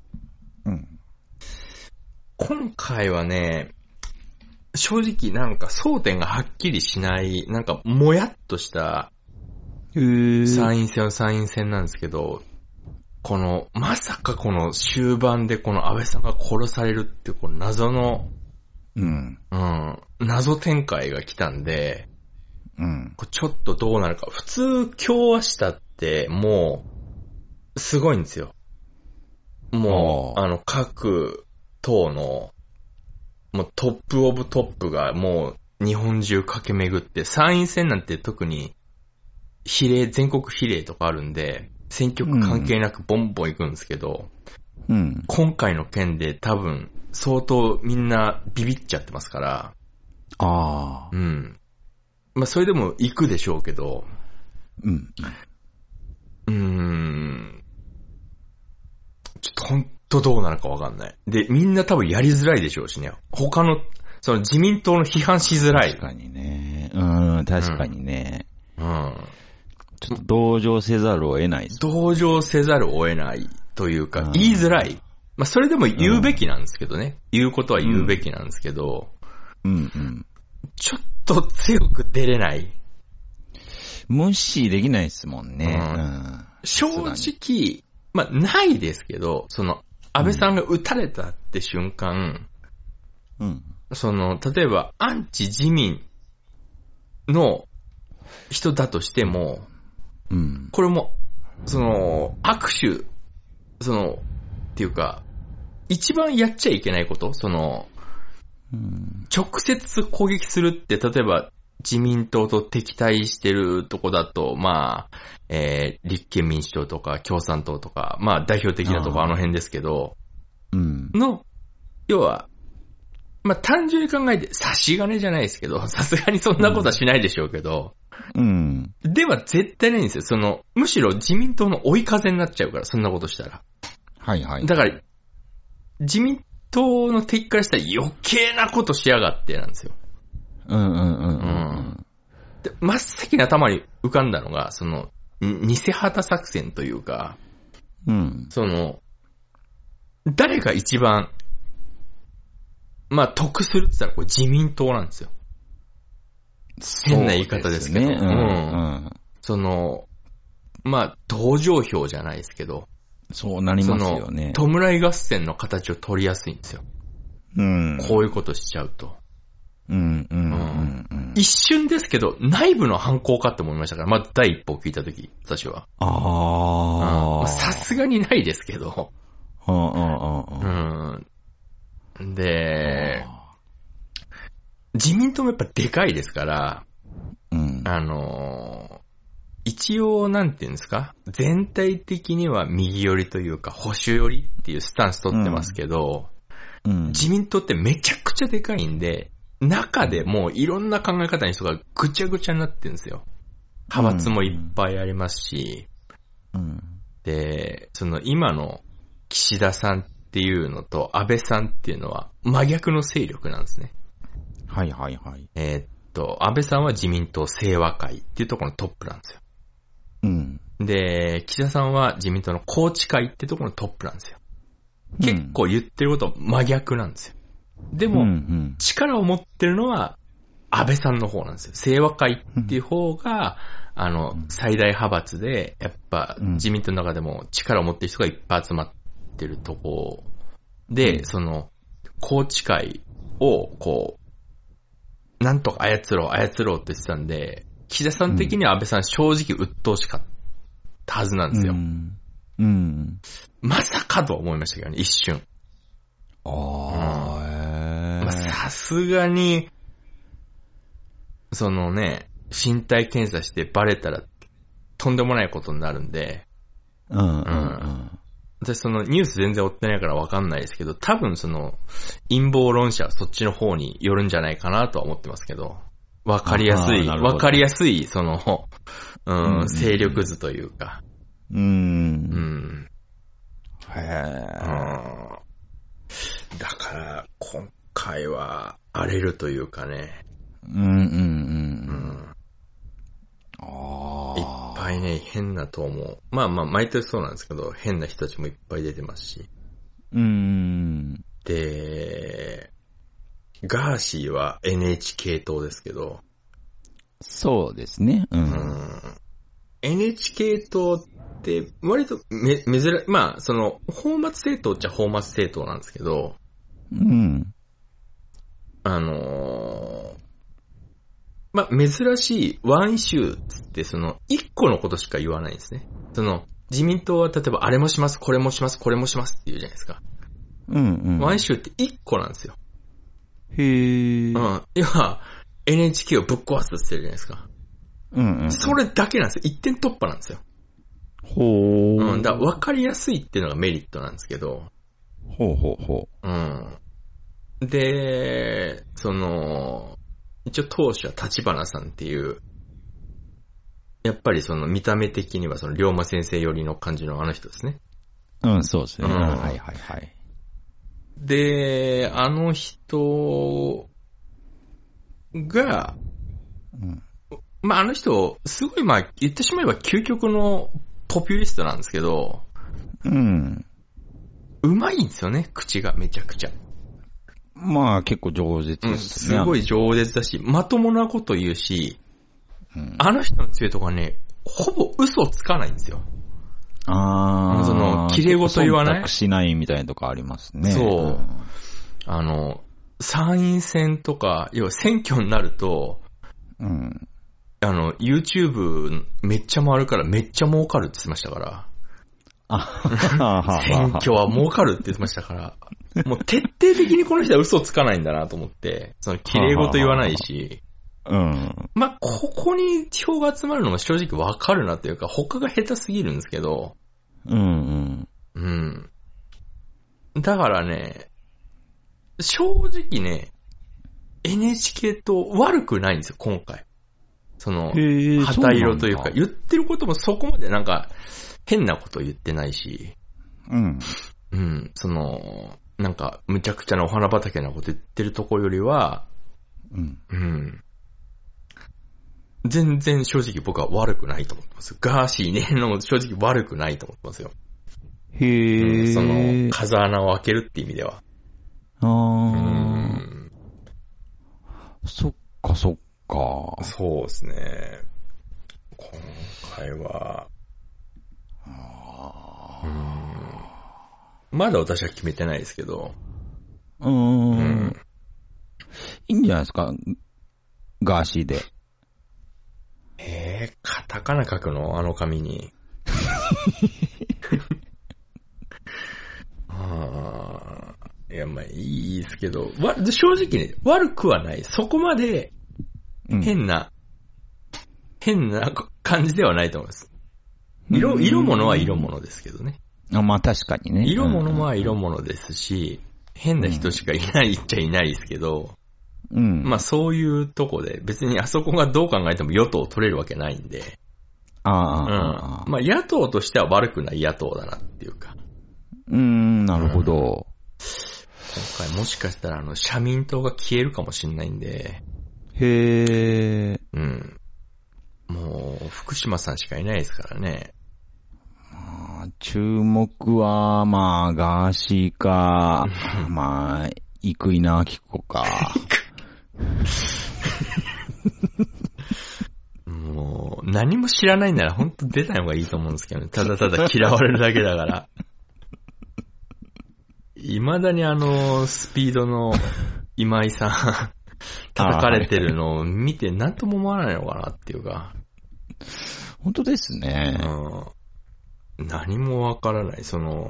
今回はね、正直争点がはっきりしない、もやっとした参院選なんですけど、 この、まさかこの終盤でこの安倍さんが殺されるってこの謎の、謎展開が来たんで、ちょっとどうなるか。普通今日明日ってもう、すごいんですよ。もう、各党の、もうトップオブトップがもう日本中駆け巡って、参院選なんて特に全国比例とかあるんで、選挙区関係なくボンボン行くんですけど、今回の件で多分相当みんなビビっちゃってますから、まあそれでも行くでしょうけど、ちょっとほんとどうなるかわかんない。で、みんな多分やりづらいでしょうしね。他の、その自民党の批判しづらい。 確かにね。確かにね。ちょっと同情せざるを得ないです。 同情せざるを得ないというか、言いづらい。まあそれでも言うべきなんですけどね。言うことは言うべきなんですけど、ちょっと強く出れない。 無視できないですもんね。 正直、まあ、ないですけど、その、安倍さんが撃たれたって瞬間、その、例えば、アンチ自民の人だとしても、これも、その、握手、その、っていうか、一番やっちゃいけないこと、その、直接攻撃するって、例えば、自民党と敵対してるとこだと、まあ、立憲民主党とか共産党とか、まあ代表的なとこあの辺ですけど、要は、まあ単純に考えて差し金じゃないですけど、さすがにそんなことはしないでしょうけど、では絶対ないんですよ。その、むしろ自民党の追い風になっちゃうから、そんなことしたら。だから、自民党の敵からしたら余計なことしやがってなんですよ。で真っ先に頭に浮かんだのが、その、偽旗作戦というか、その、誰が一番、まあ、得するって言ったらこれ自民党なんですよ。変な言い方ですけど。その、まあ、同情票じゃないですけど、 そうなりますよね。 弔い合戦の形を取りやすいんですよ。こういうことしちゃうと。一瞬ですけど、内部の犯行かって思いましたから、まず第一歩を聞いたとき、私は。さすがにないですけど。で、自民党もやっぱでかいですから、一応なんていうんですか、全体的には右寄りというか、保守寄りっていうスタンス取ってますけど、自民党ってめちゃくちゃでかいんで、中でもういろんな考え方の人がぐちゃぐちゃになってるんですよ。派閥もいっぱいありますし、で、その今の岸田さんっていうのと安倍さんっていうのは真逆の勢力なんですね。安倍さんは自民党清和会っていうところのトップなんですよ。で、岸田さんは自民党の宏池会っていうところのトップなんですよ。結構言ってること真逆なんですよ。でも、力を持ってるのは安倍さんの方なんですよ。清和会っていう方が、最大派閥で、やっぱ自民党の中でも力を持ってる人がいっぱい集まってるとこで、その、宏池会をこう、なんとか操ろうって言ってたんで、岸田さん的には安倍さん正直鬱陶しかったはずなんですよ。まさかと思いましたけどね、一瞬。さすがに、そのね、身体検査してバレたらとんでもないことになるんで、私そのニュース全然追ってないからわかんないですけど、多分その陰謀論者はそっちの方によるんじゃないかなとは思ってますけど、わかりやすい、その、勢力図というか。だから、今回は荒れるというかね。いっぱいね、変な党も。まあまあ、毎年そうなんですけど、変な人たちもいっぱい出てますし。で、ガーシーは NHK 党ですけど。 そうですね。 NHK 党っで、割とまあ、その、泡沫政党っちゃ泡沫政党なんですけど、 うん。 まあ、珍しいワンイシューつって、その、一個のことしか言わないんですね。その、自民党は例えば、あれもします、これもします、これもしますって言うじゃないですか。 うんうん。 ワンイシューって一個なんですよ。 へー。 うん。今、NHK をぶっ壊すって言ってるじゃないですか。 うんうん。 それだけなんですよ。一点突破なんですよ。 ほー。 うん。だから分かりやすいっていうのがメリットなんですけど。 ほうほうほうん。で、その、一応当主は立花さんっていう、やっぱりその見た目的にはその龍馬先生寄りの感じのあの人ですね。 う。うん、そうですね。 うんはいはいはい。 で、あの人が、 うん。 まあ、あの人、すごいまあ、言ってしまえば究極のポピュリストなんですけど、 うん。 うまいんですよね、口がめちゃくちゃ。 まあ結構饒舌ですね。 すごい饒舌だし、まともなこと言うし、 うん、 あの人の強いとこはね、ほぼ嘘つかないんですよ。 ああ。 その、綺麗事言わない？ 忖度しないみたいなとこありますね。 そう。参院選とか、要は選挙になると、 うん。 YouTube めっちゃ回るからめっちゃ儲かるって言ってましたから。選挙は儲かるって言ってましたから。もう徹底的にこの人は嘘つかないんだなと思って、その綺麗事言わないし。 うん。 まあ、ここに票が集まるのも正直わかるなっていうか、他が下手すぎるんですけど。 うんうん。だからね、正直ね、NHK と悪くないんですよ、今回。その、旗色というか、言ってることもそこまでなんか、変なこと言ってないし。 うん。 うん、その、なんか、むちゃくちゃなお花畑なこと言ってるところよりは、 うん。 うん。全然正直僕は悪くないと思ってます。ガーシーねの正直悪くないと思ってますよ。 へー。 うん、その、風穴を開けるって意味では。 そっかそっか。 そうですね。今回は、まだ私は決めてないですけど。うん。 いいんじゃないですか、ガーシーで。 カタカナ書くの？あの紙に。いや、まあいいですけど、正直ね、悪くはない。そこまで変な感じではないと思います。色物は色物ですけどね。 まあ確かにね。 色物は色物ですし、変な人しかいないっちゃいないですけど、うん、まあそういうとこで、別にあそこがどう考えても与党を取れるわけないんで、まあ野党としては悪くない野党だなっていうか。 なるほど。 今回もしかしたら社民党が消えるかもしれないんで。 へー。 うん。もう、福島さんしかいないですからね。 注目は、まあ、ガーシーか、まあ、生稲晃子か。 もう、何も知らないなら本当出ない方がいいと思うんですけどね。ただただ嫌われるだけだから。未だにスピードの今井さん、叩かれてるのを見て何とも思わないのかなっていうか。 本当ですね。 何もわからない。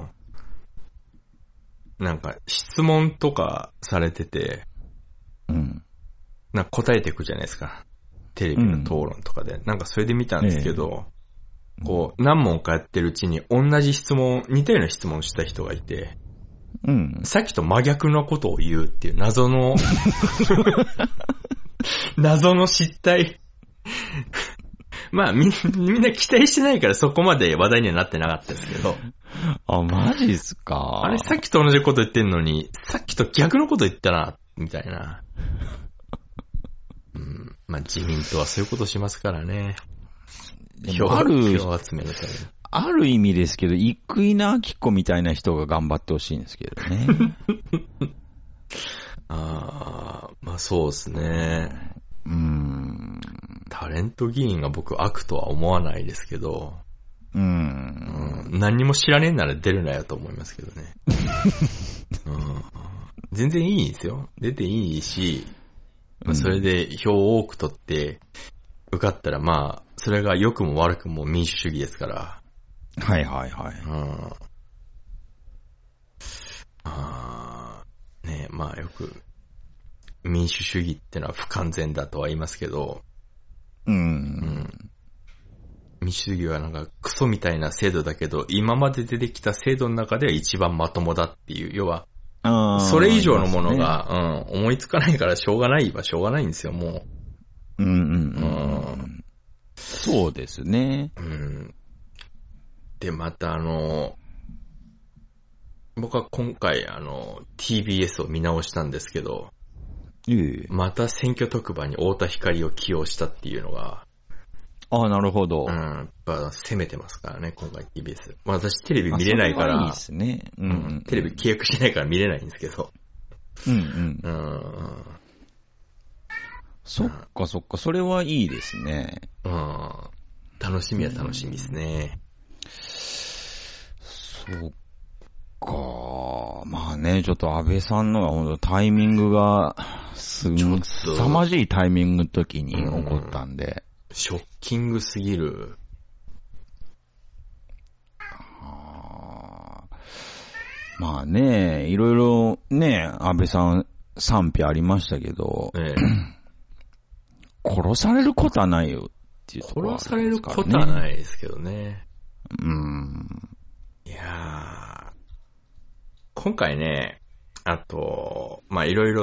なんか質問とかされてて、なんか答えていくじゃないですか。テレビの討論とかで。なんかそれで見たんですけど、こう、何問かやってるうちに同じ質問、似たような質問した人がいて、さっきと真逆のことを言うっていう謎の失態。まあみんな期待してないからそこまで話題にはなってなかったですけど。 マジっすか。 あれさっきと同じこと言ってんのに、さっきと逆のこと言ったな、みたいな。まあ自民党はそういうことしますからね。票を集めるために。 ある意味ですけど、生稲晃子みたいな人が頑張ってほしいんですけどね。 まあそうですね。タレント議員が僕悪とは思わないですけど。 何にも知らねえなら出るなよと思いますけどね。全然いいんですよ。出ていいし、まあ、それで票を多く取って受かったらまあ、それが良くも悪くも民主主義ですから。 はいはいはい。 ねえ、まあよく民主主義ってのは不完全だとは言いますけど、民主主義はなんかクソみたいな制度だけど、今まで出てきた制度の中では一番まともだっていう、要は、それ以上のものが、思いつかないからしょうがないはしょうがないんですよ、もう。 そうですね。 で、また僕は今回TBS を見直したんですけど、また選挙特番に太田光を起用したっていうのが、 なるほど。 やっぱ攻めてますからね、今回 TBS。まあ私テレビ見れないから、 いいですね。 テレビ契約してないから見れないんですけど。 そっかそっか、それはいいですね。 楽しみは楽しみですね。 そっか。まあね、ちょっと安倍さんのが本当タイミングが凄まじいタイミングの時に起こったんで。 ショッキングすぎる。 まあね、いろいろね、安倍さん賛否ありましたけど、殺されることはないよっていうところ、 殺されることはないですけどね。いやー、今回ね、あと、まあいろいろ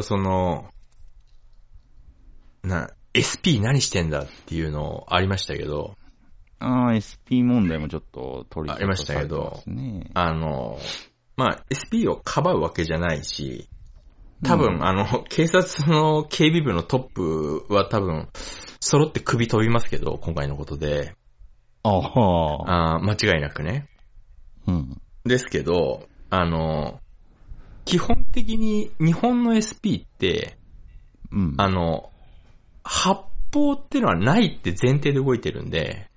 SP 何してんだっていうのありましたけど。 SP 問題もちょっと取りありましたけど、まあ SP をかばうわけじゃないし、多分警察の警備部のトップは多分、揃って首飛びますけど、今回のことで。間違いなくね。ですけど、基本的に日本の SP って、発砲ってのはないって前提で動いてるんで。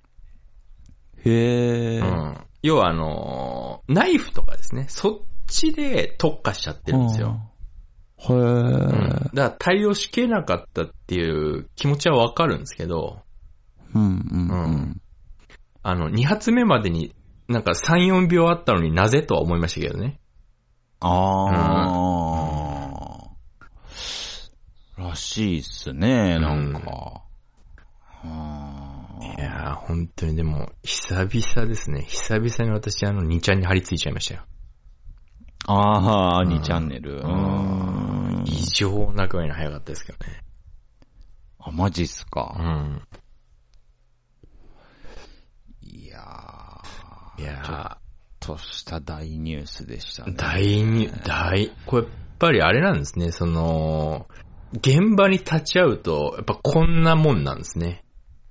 要はナイフとかですね、そっちで特化しちゃってるんですよ。だから対応しきれなかったっていう気持ちはわかるんですけど、2発目までになんか3、4秒あったのになぜとは思いましたけどね。 らしいっすね、なんか。 いやー、本当にでも、久々ですね。久々に私2ちゃんに張り付いちゃいましたよ。 2チャンネル。 異常なぐらいに早かったですけどね。 マジっすか。いやー、ちょっとした大ニュースでしたね。 これやっぱりあれなんですね、現場に立ち会うと、やっぱこんなもんなんですね。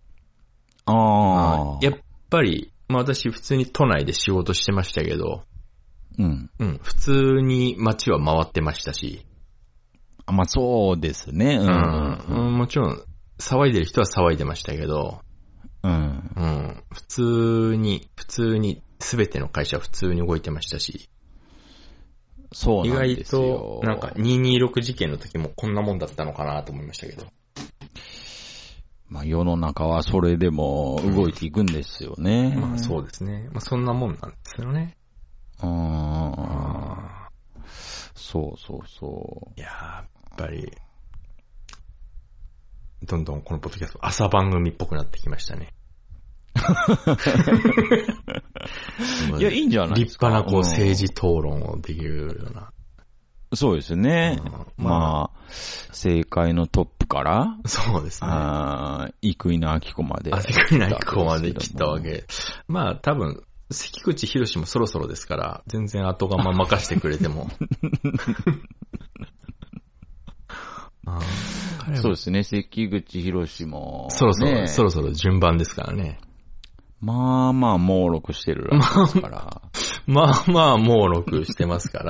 やっぱり、まあ私普通に都内で仕事してましたけど、普通に街は回ってましたし。 まあそうですね。 もちろん、騒いでる人は騒いでましたけど、普通に、すべての会社は普通に動いてましたし。 そうなんですよ。 意外と、なんか226事件の時もこんなもんだったのかなと思いましたけど。 まあ世の中はそれでも動いていくんですよね。 まあそうですね。まあそんなもんなんですよね。 そうそうそう。 いややっぱり、どんどんこのポッドキャスト朝番組っぽくなってきましたね。 いや、いいんじゃないですか。 立派な政治討論をできるような。 そうですね。まあ、政界のトップから、 そうですね。 生稲晃子まで。 生稲晃子まで来たわけ。まあ、多分、関口宏もそろそろですから、全然後釜任してくれても。 そうですね、関口宏も、 そろそろ順番ですからね。 まあまあ、猛録してるらしいですから。 まあまあ、猛録してますから。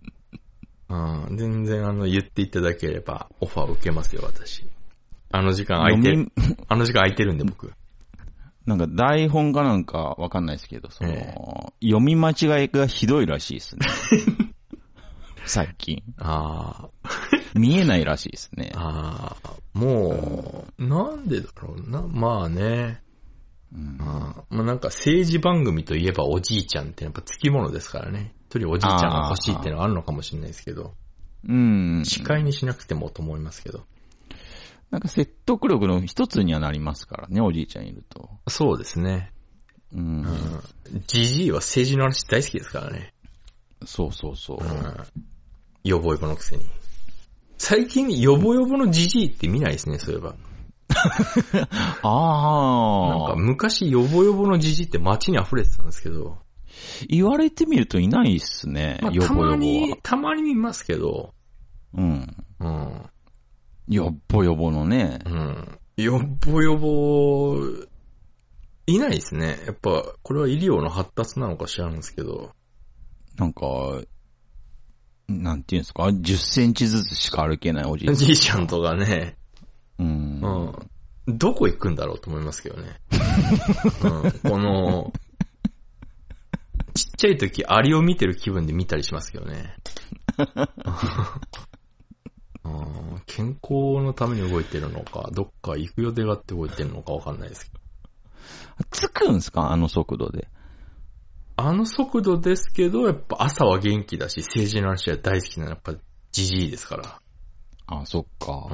全然言っていただければオファー受けますよ、私。あの時間空いてるんで僕。 なんか台本かなんかわかんないですけど、読み間違いがひどいらしいですね。最近。見えないらしいですね。 もう、なんでだろうな。まあね。まあなんか政治番組といえばおじいちゃんってやっぱつきものですからね。一人おじいちゃんが欲しいっていうのはあるのかもしれないですけど。司会にしなくてもと思いますけど。 なんか説得力の一つにはなりますからね、おじいちゃんいると。 そうですね。じじいは政治の話大好きですからね。 そうそうそう。 ヨボヨボのくせに。最近ヨボヨボのじじいって見ないですね、そういえば。なんか昔ヨボヨボのじじいって街に溢れてたんですけど。 言われてみるといないっすね、 ヨボヨボは。たまに見ますけど。 ヨッボヨボのね。 ヨッボヨボ、いないですね。やっぱ、これは医療の発達なのか知らんですけど。 なんか、なんていうんですか、10センチずつしか歩けないおじいちゃん。 おじいちゃんとかね。どこ行くんだろうと思いますけどね。この、ちっちゃい時アリを見てる気分で見たりしますけどね。健康のために動いてるのか、どっか行く予定があって動いてるのかわかんないですけど。 着くんすかあの速度で。 あの速度ですけど、やっぱ朝は元気だし、政治の話は大好きなのはやっぱジジイですから。 そっか。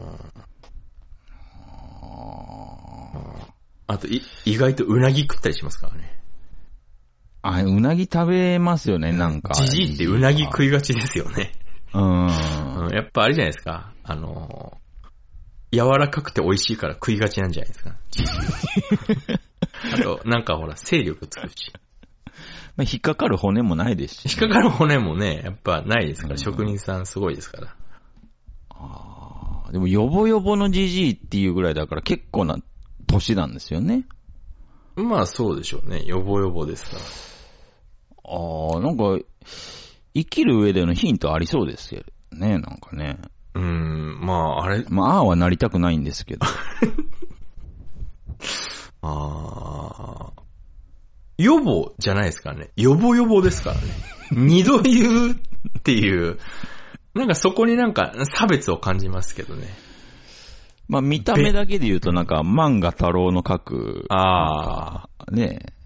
あと意外とうなぎ食ったりしますからね。 うなぎ食べますよね、なんか。 ジジイってうなぎ食いがちですよね。やっぱあれじゃないですか。柔らかくて美味しいから食いがちなんじゃないですか。ジジイ。あと、なんかほら、勢力つくし。 引っかかる骨もないですし、 引っかかる骨もね、やっぱないですから、職人さんすごいですから。 でも、ヨボヨボのジジイっていうぐらいだから結構な年なんですよね。 まあそうでしょうね。ヨボヨボですから。 なんか、生きる上でのヒントありそうですよね、なんかね。 まああれ。 はなりたくないんですけど。 ヨボじゃないですからね。ヨボヨボですからね。二度言うっていう、なんかそこになんか差別を感じますけどね。 まあ見た目だけで言うとなんか漫画太郎の描く、ねえ。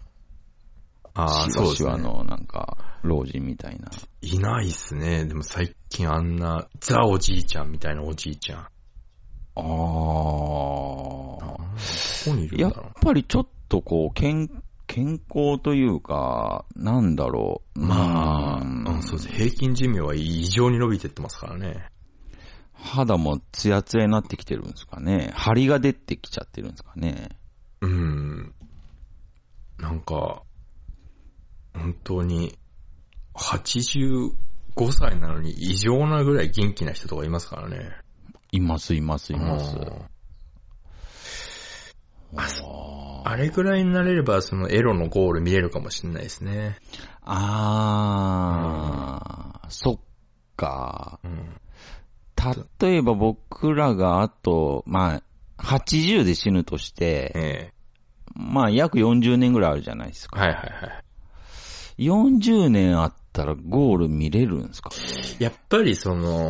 そうですね。 のなんか老人みたいな。 いないっすね。でも最近あんなザおじいちゃんみたいなおじいちゃん。 ここにいるんだろう。やっぱりちょっとこう健康というか、なんだろう。 そうです。平均寿命は異常に伸びてってますからね。 肌もツヤツヤになってきてるんですかね。張りが出てきちゃってるんですかね。 なんか、本当に、85歳なのに異常なぐらい元気な人とかいますからね。 います。 あれぐらいになれれば、そのエロのゴール見れるかもしれないですね。 そっか。例えば僕らがあと、80で死ぬとして、約40年ぐらいあるじゃないですか。40年あったらゴール見れるんですか？ やっぱり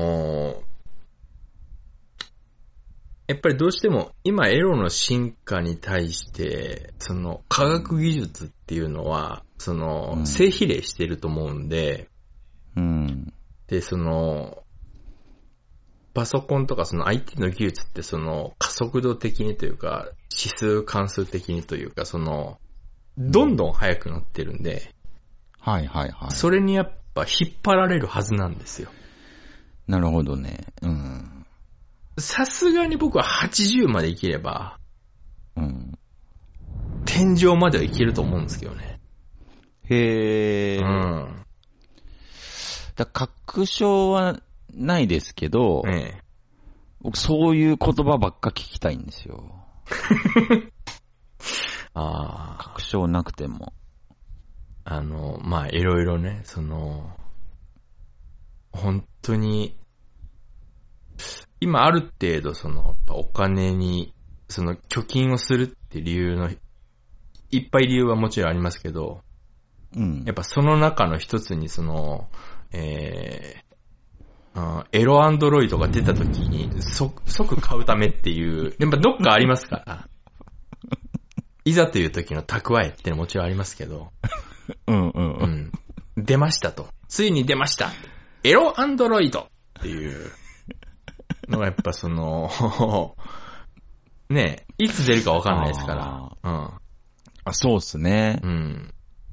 やっぱりどうしても今エロの進化に対してその科学技術っていうのは性比例してると思うんで、でパソコンとかIT の技術って加速度的にというか指数関数的にというかどんどん速くなってるんで、それにやっぱ引っ張られるはずなんですよ。 なるほどね。 さすがに僕は80まで生きれば、天井まではいけると思うんですけどね。 確証はないですけど、僕そういう言葉ばっか聞きたいんですよ。確証なくても。 いろいろね、本当に、今ある程度お金に、貯金をするって理由のいっぱい理由はもちろんありますけど、 うん。 やっぱその中の一つにエロアンドロイドが出た時に即買うためっていう、やっぱどっかありますから。いざという時の蓄えってのもちろんありますけど。 うんうんうん。 出ましたと。ついに出ました。エロアンドロイドっていうのがやっぱねえ、いつ出るかわかんないですから。うん。 あ、そうっすね。 うん。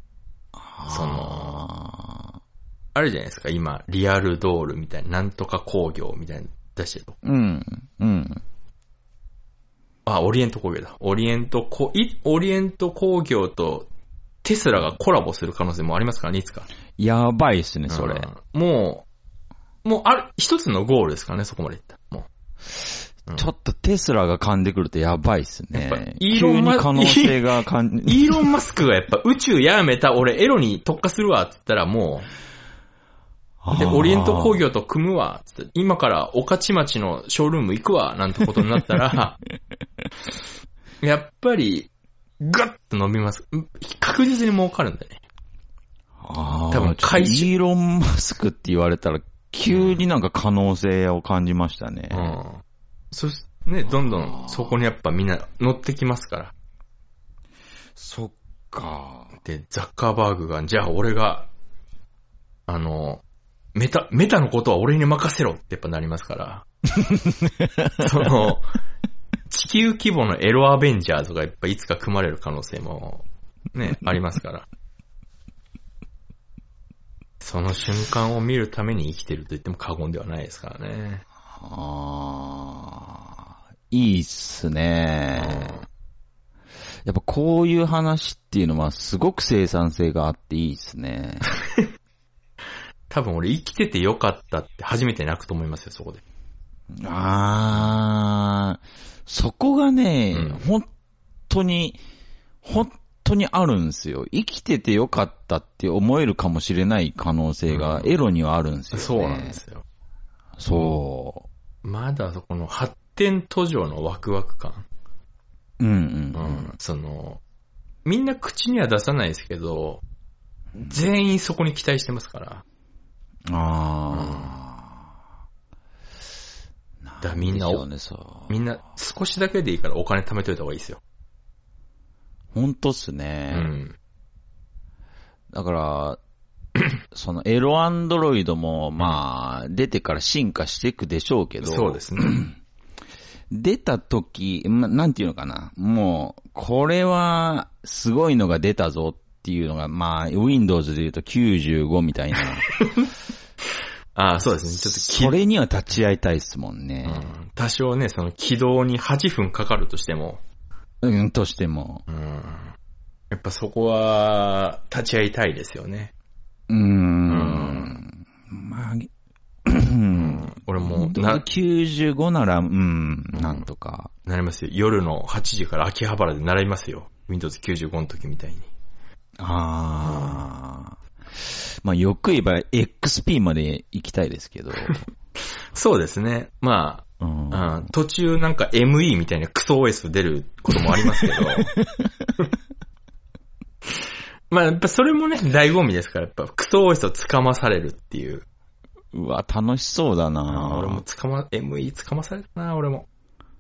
あるじゃないですか、今、リアルドールみたいな、なんとか工業みたいなの出してると。 うん。うん。 あ、オリエント工業だ。オリエント工業とテスラがコラボする可能性もありますからね、いつか。 やばいっすね、それ。 もう、一つのゴールですからね、そこまでいった。もう。 ちょっとテスラが噛んでくるとやばいっすね。 急に可能性がイーロン・マスクがやっぱ宇宙やめた、俺エロに特化するわって言ったらもう、で、オリエント工業と組むわって今から御徒町のショールーム行くわなんてことになったら、やっぱり、ガッと伸びます。確実に儲かるんだね。 多分イーロン・マスクって言われたら、急になんか可能性を感じましたね。 うん。ね、どんどんそこにやっぱみんな乗ってきますから。 そっか。 で、ザッカーバーグが、じゃあ俺が、メタのことは俺に任せろってやっぱなりますから。地球規模のエロアベンジャーズがやっぱいつか組まれる可能性も、ね、ありますから。その瞬間を見るために生きてると言っても過言ではないですからね。 いいっすね。やっぱこういう話っていうのはすごく生産性があっていいっすね。 多分俺生きててよかったって初めて泣くと思いますよ、そこで。 そこがね、本当にあるんですよ。生きててよかったって思えるかもしれない可能性がエロにはあるんですよね。 そうなんですよ。 そう。 まだそこの発展途上のワクワク感。みんな口には出さないですけど、全員そこに期待してますから。だからみんな少しだけでいいからお金貯めといた方がいいですよ。 ほんとっすね。だから、そのエロアンドロイドもまあ出てから進化していくでしょうけど。 そうですね。 出た時、なんていうのかな。もう、これはすごいのが出たぞっていうのが、まあ、Windows で言うと95みたいな。 そうですね。ちょっとそれには立ち会いたいですもんね。 多少ね、その起動に8分かかるとしても。 としても。 やっぱそこは立ち会いたいですよね。 まあ、 俺も 95なら、なんとか。 なりますよ。夜の8時から秋葉原で習いますよ。Windows 95の時みたいに。 まあ、よく言えば XP まで行きたいですけど。 そうですね。まあ、途中なんか ME みたいなクソ OS 出ることもありますけど。まあ、やっぱそれもね、醍醐味ですから、やっぱクソ OS をつかまされるっていう。 うわ、楽しそうだな。 俺もME つかまされたな、俺も。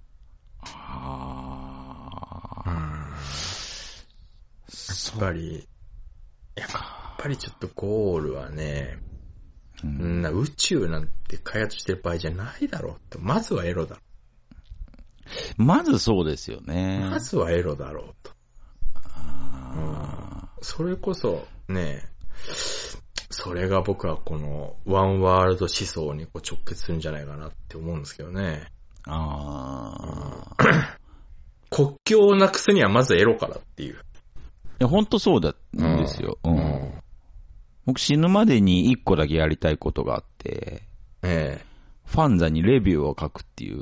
やっぱりちょっとゴールはね、宇宙なんて開発してる場合じゃないだろうって。まずはエロだろう。まずそうですよね。 まずはエロだろうと。それこそね、それが僕はこのワンワールド思想にこう直結するんじゃないかなって思うんですけどね。国境をなくすにはまずエロからっていう。 いや、ほんとそうだんですよ。僕死ぬまでに1個だけやりたいことがあって、ファンザにレビューを書くっていう。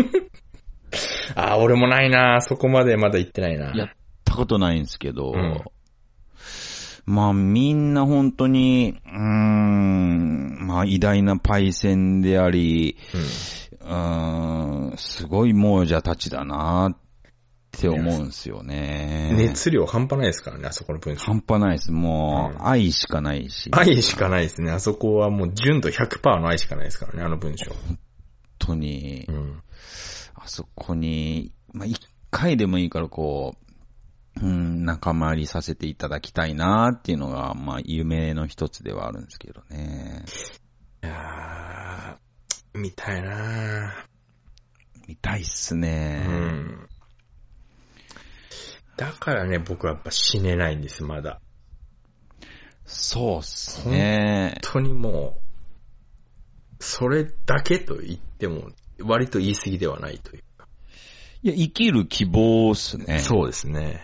俺もないな、そこまでまだ行ってないな。 やったことないんですけど、まあみんな本当に、まあ偉大なパイセンであり、すごい亡者たちだなっって思うんですよね。 熱量半端ないですからね、あそこの文章。 半端ないです。もう、愛しかないし。 愛しかないですね。あそこはもう純度 100% の愛しかないですからね、あの文章。 本当に、あそこに、まあ、一回でもいいからこう、仲間入りさせていただきたいなっていうのが、まあ、夢の一つではあるんですけどね。 いやー、見たいなー。 見たいっすね。 だからね、僕はやっぱ死ねないんです、まだ。 そうっすね。 本当にもう、それだけと言っても、割と言い過ぎではないというか。 いや、生きる希望っすね。 そうですね。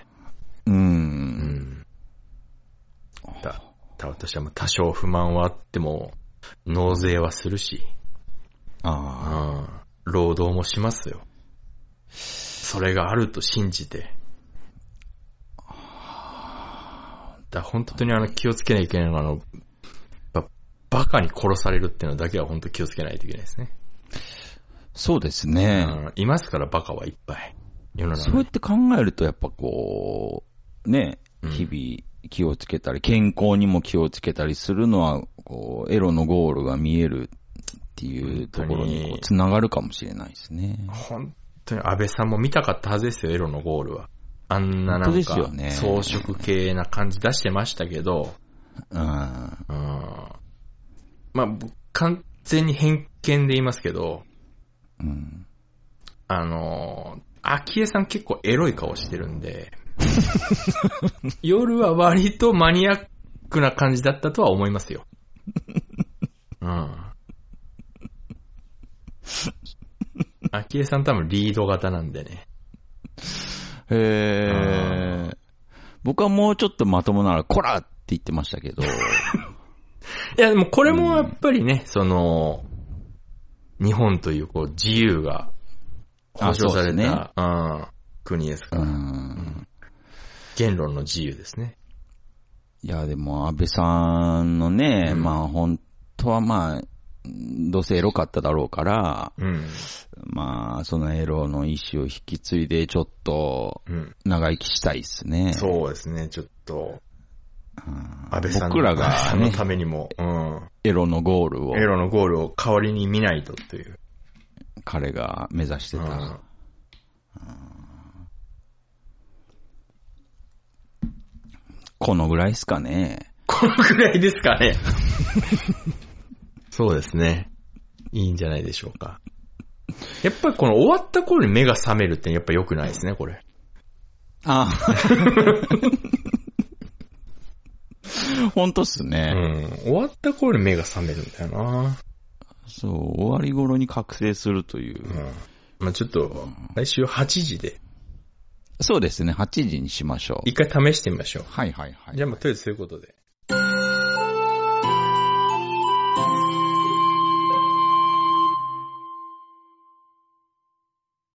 私はもう多少不満はあっても、納税はするし、労働もしますよ。それがあると信じて。だ本当に気をつけなきゃいけないのは、バカに殺されるっていうのだけは本当気をつけないといけないですね。 そうですね。 いますからバカはいっぱい。世の中に。 そうやって考えるとやっぱこう、ね、日々気をつけたり、健康にも気をつけたりするのは、こう、エロのゴールが見えるっていうところにこう繋がるかもしれないですね。 本当に安倍さんも見たかったはずですよ、エロのゴールは。あんななんか、装飾系な感じ出してましたけど、まあ、完全に偏見で言いますけど、昭恵さん結構エロい顔してるんで、夜は割とマニアックな感じだったとは思いますよ。昭恵さん多分リード型なんでね。 僕はもうちょっとまともなら、コラって言ってましたけど。いや、でもこれもやっぱりね、日本という自由が保障された、国ですから。言論の自由ですね。 いや、でも安倍さんのね、まあ本当はまあ、どうせエロかっただろうから、まあ、そのエロの意思を引き継いで、ちょっと、長生きしたいですね。 そうですね、ちょっと、安倍さん僕らが、ね、 のためにも、 エロのゴールを代わりに見ないとという。 彼が目指してた。このぐらいですかね。 このぐらいですかね。そうですね。いいんじゃないでしょうか。やっぱりこの終わった頃に目が覚めるってやっぱ良くないですね、これ。 本当っすね。 終わった頃に目が覚めるんだよな。 そう、終わり頃に覚醒するという。 まあちょっと、来週8時で。 そうですね、8時にしましょう。 一回試してみましょう。 はいはいはい。 じゃあまあとりあえずそういうことで。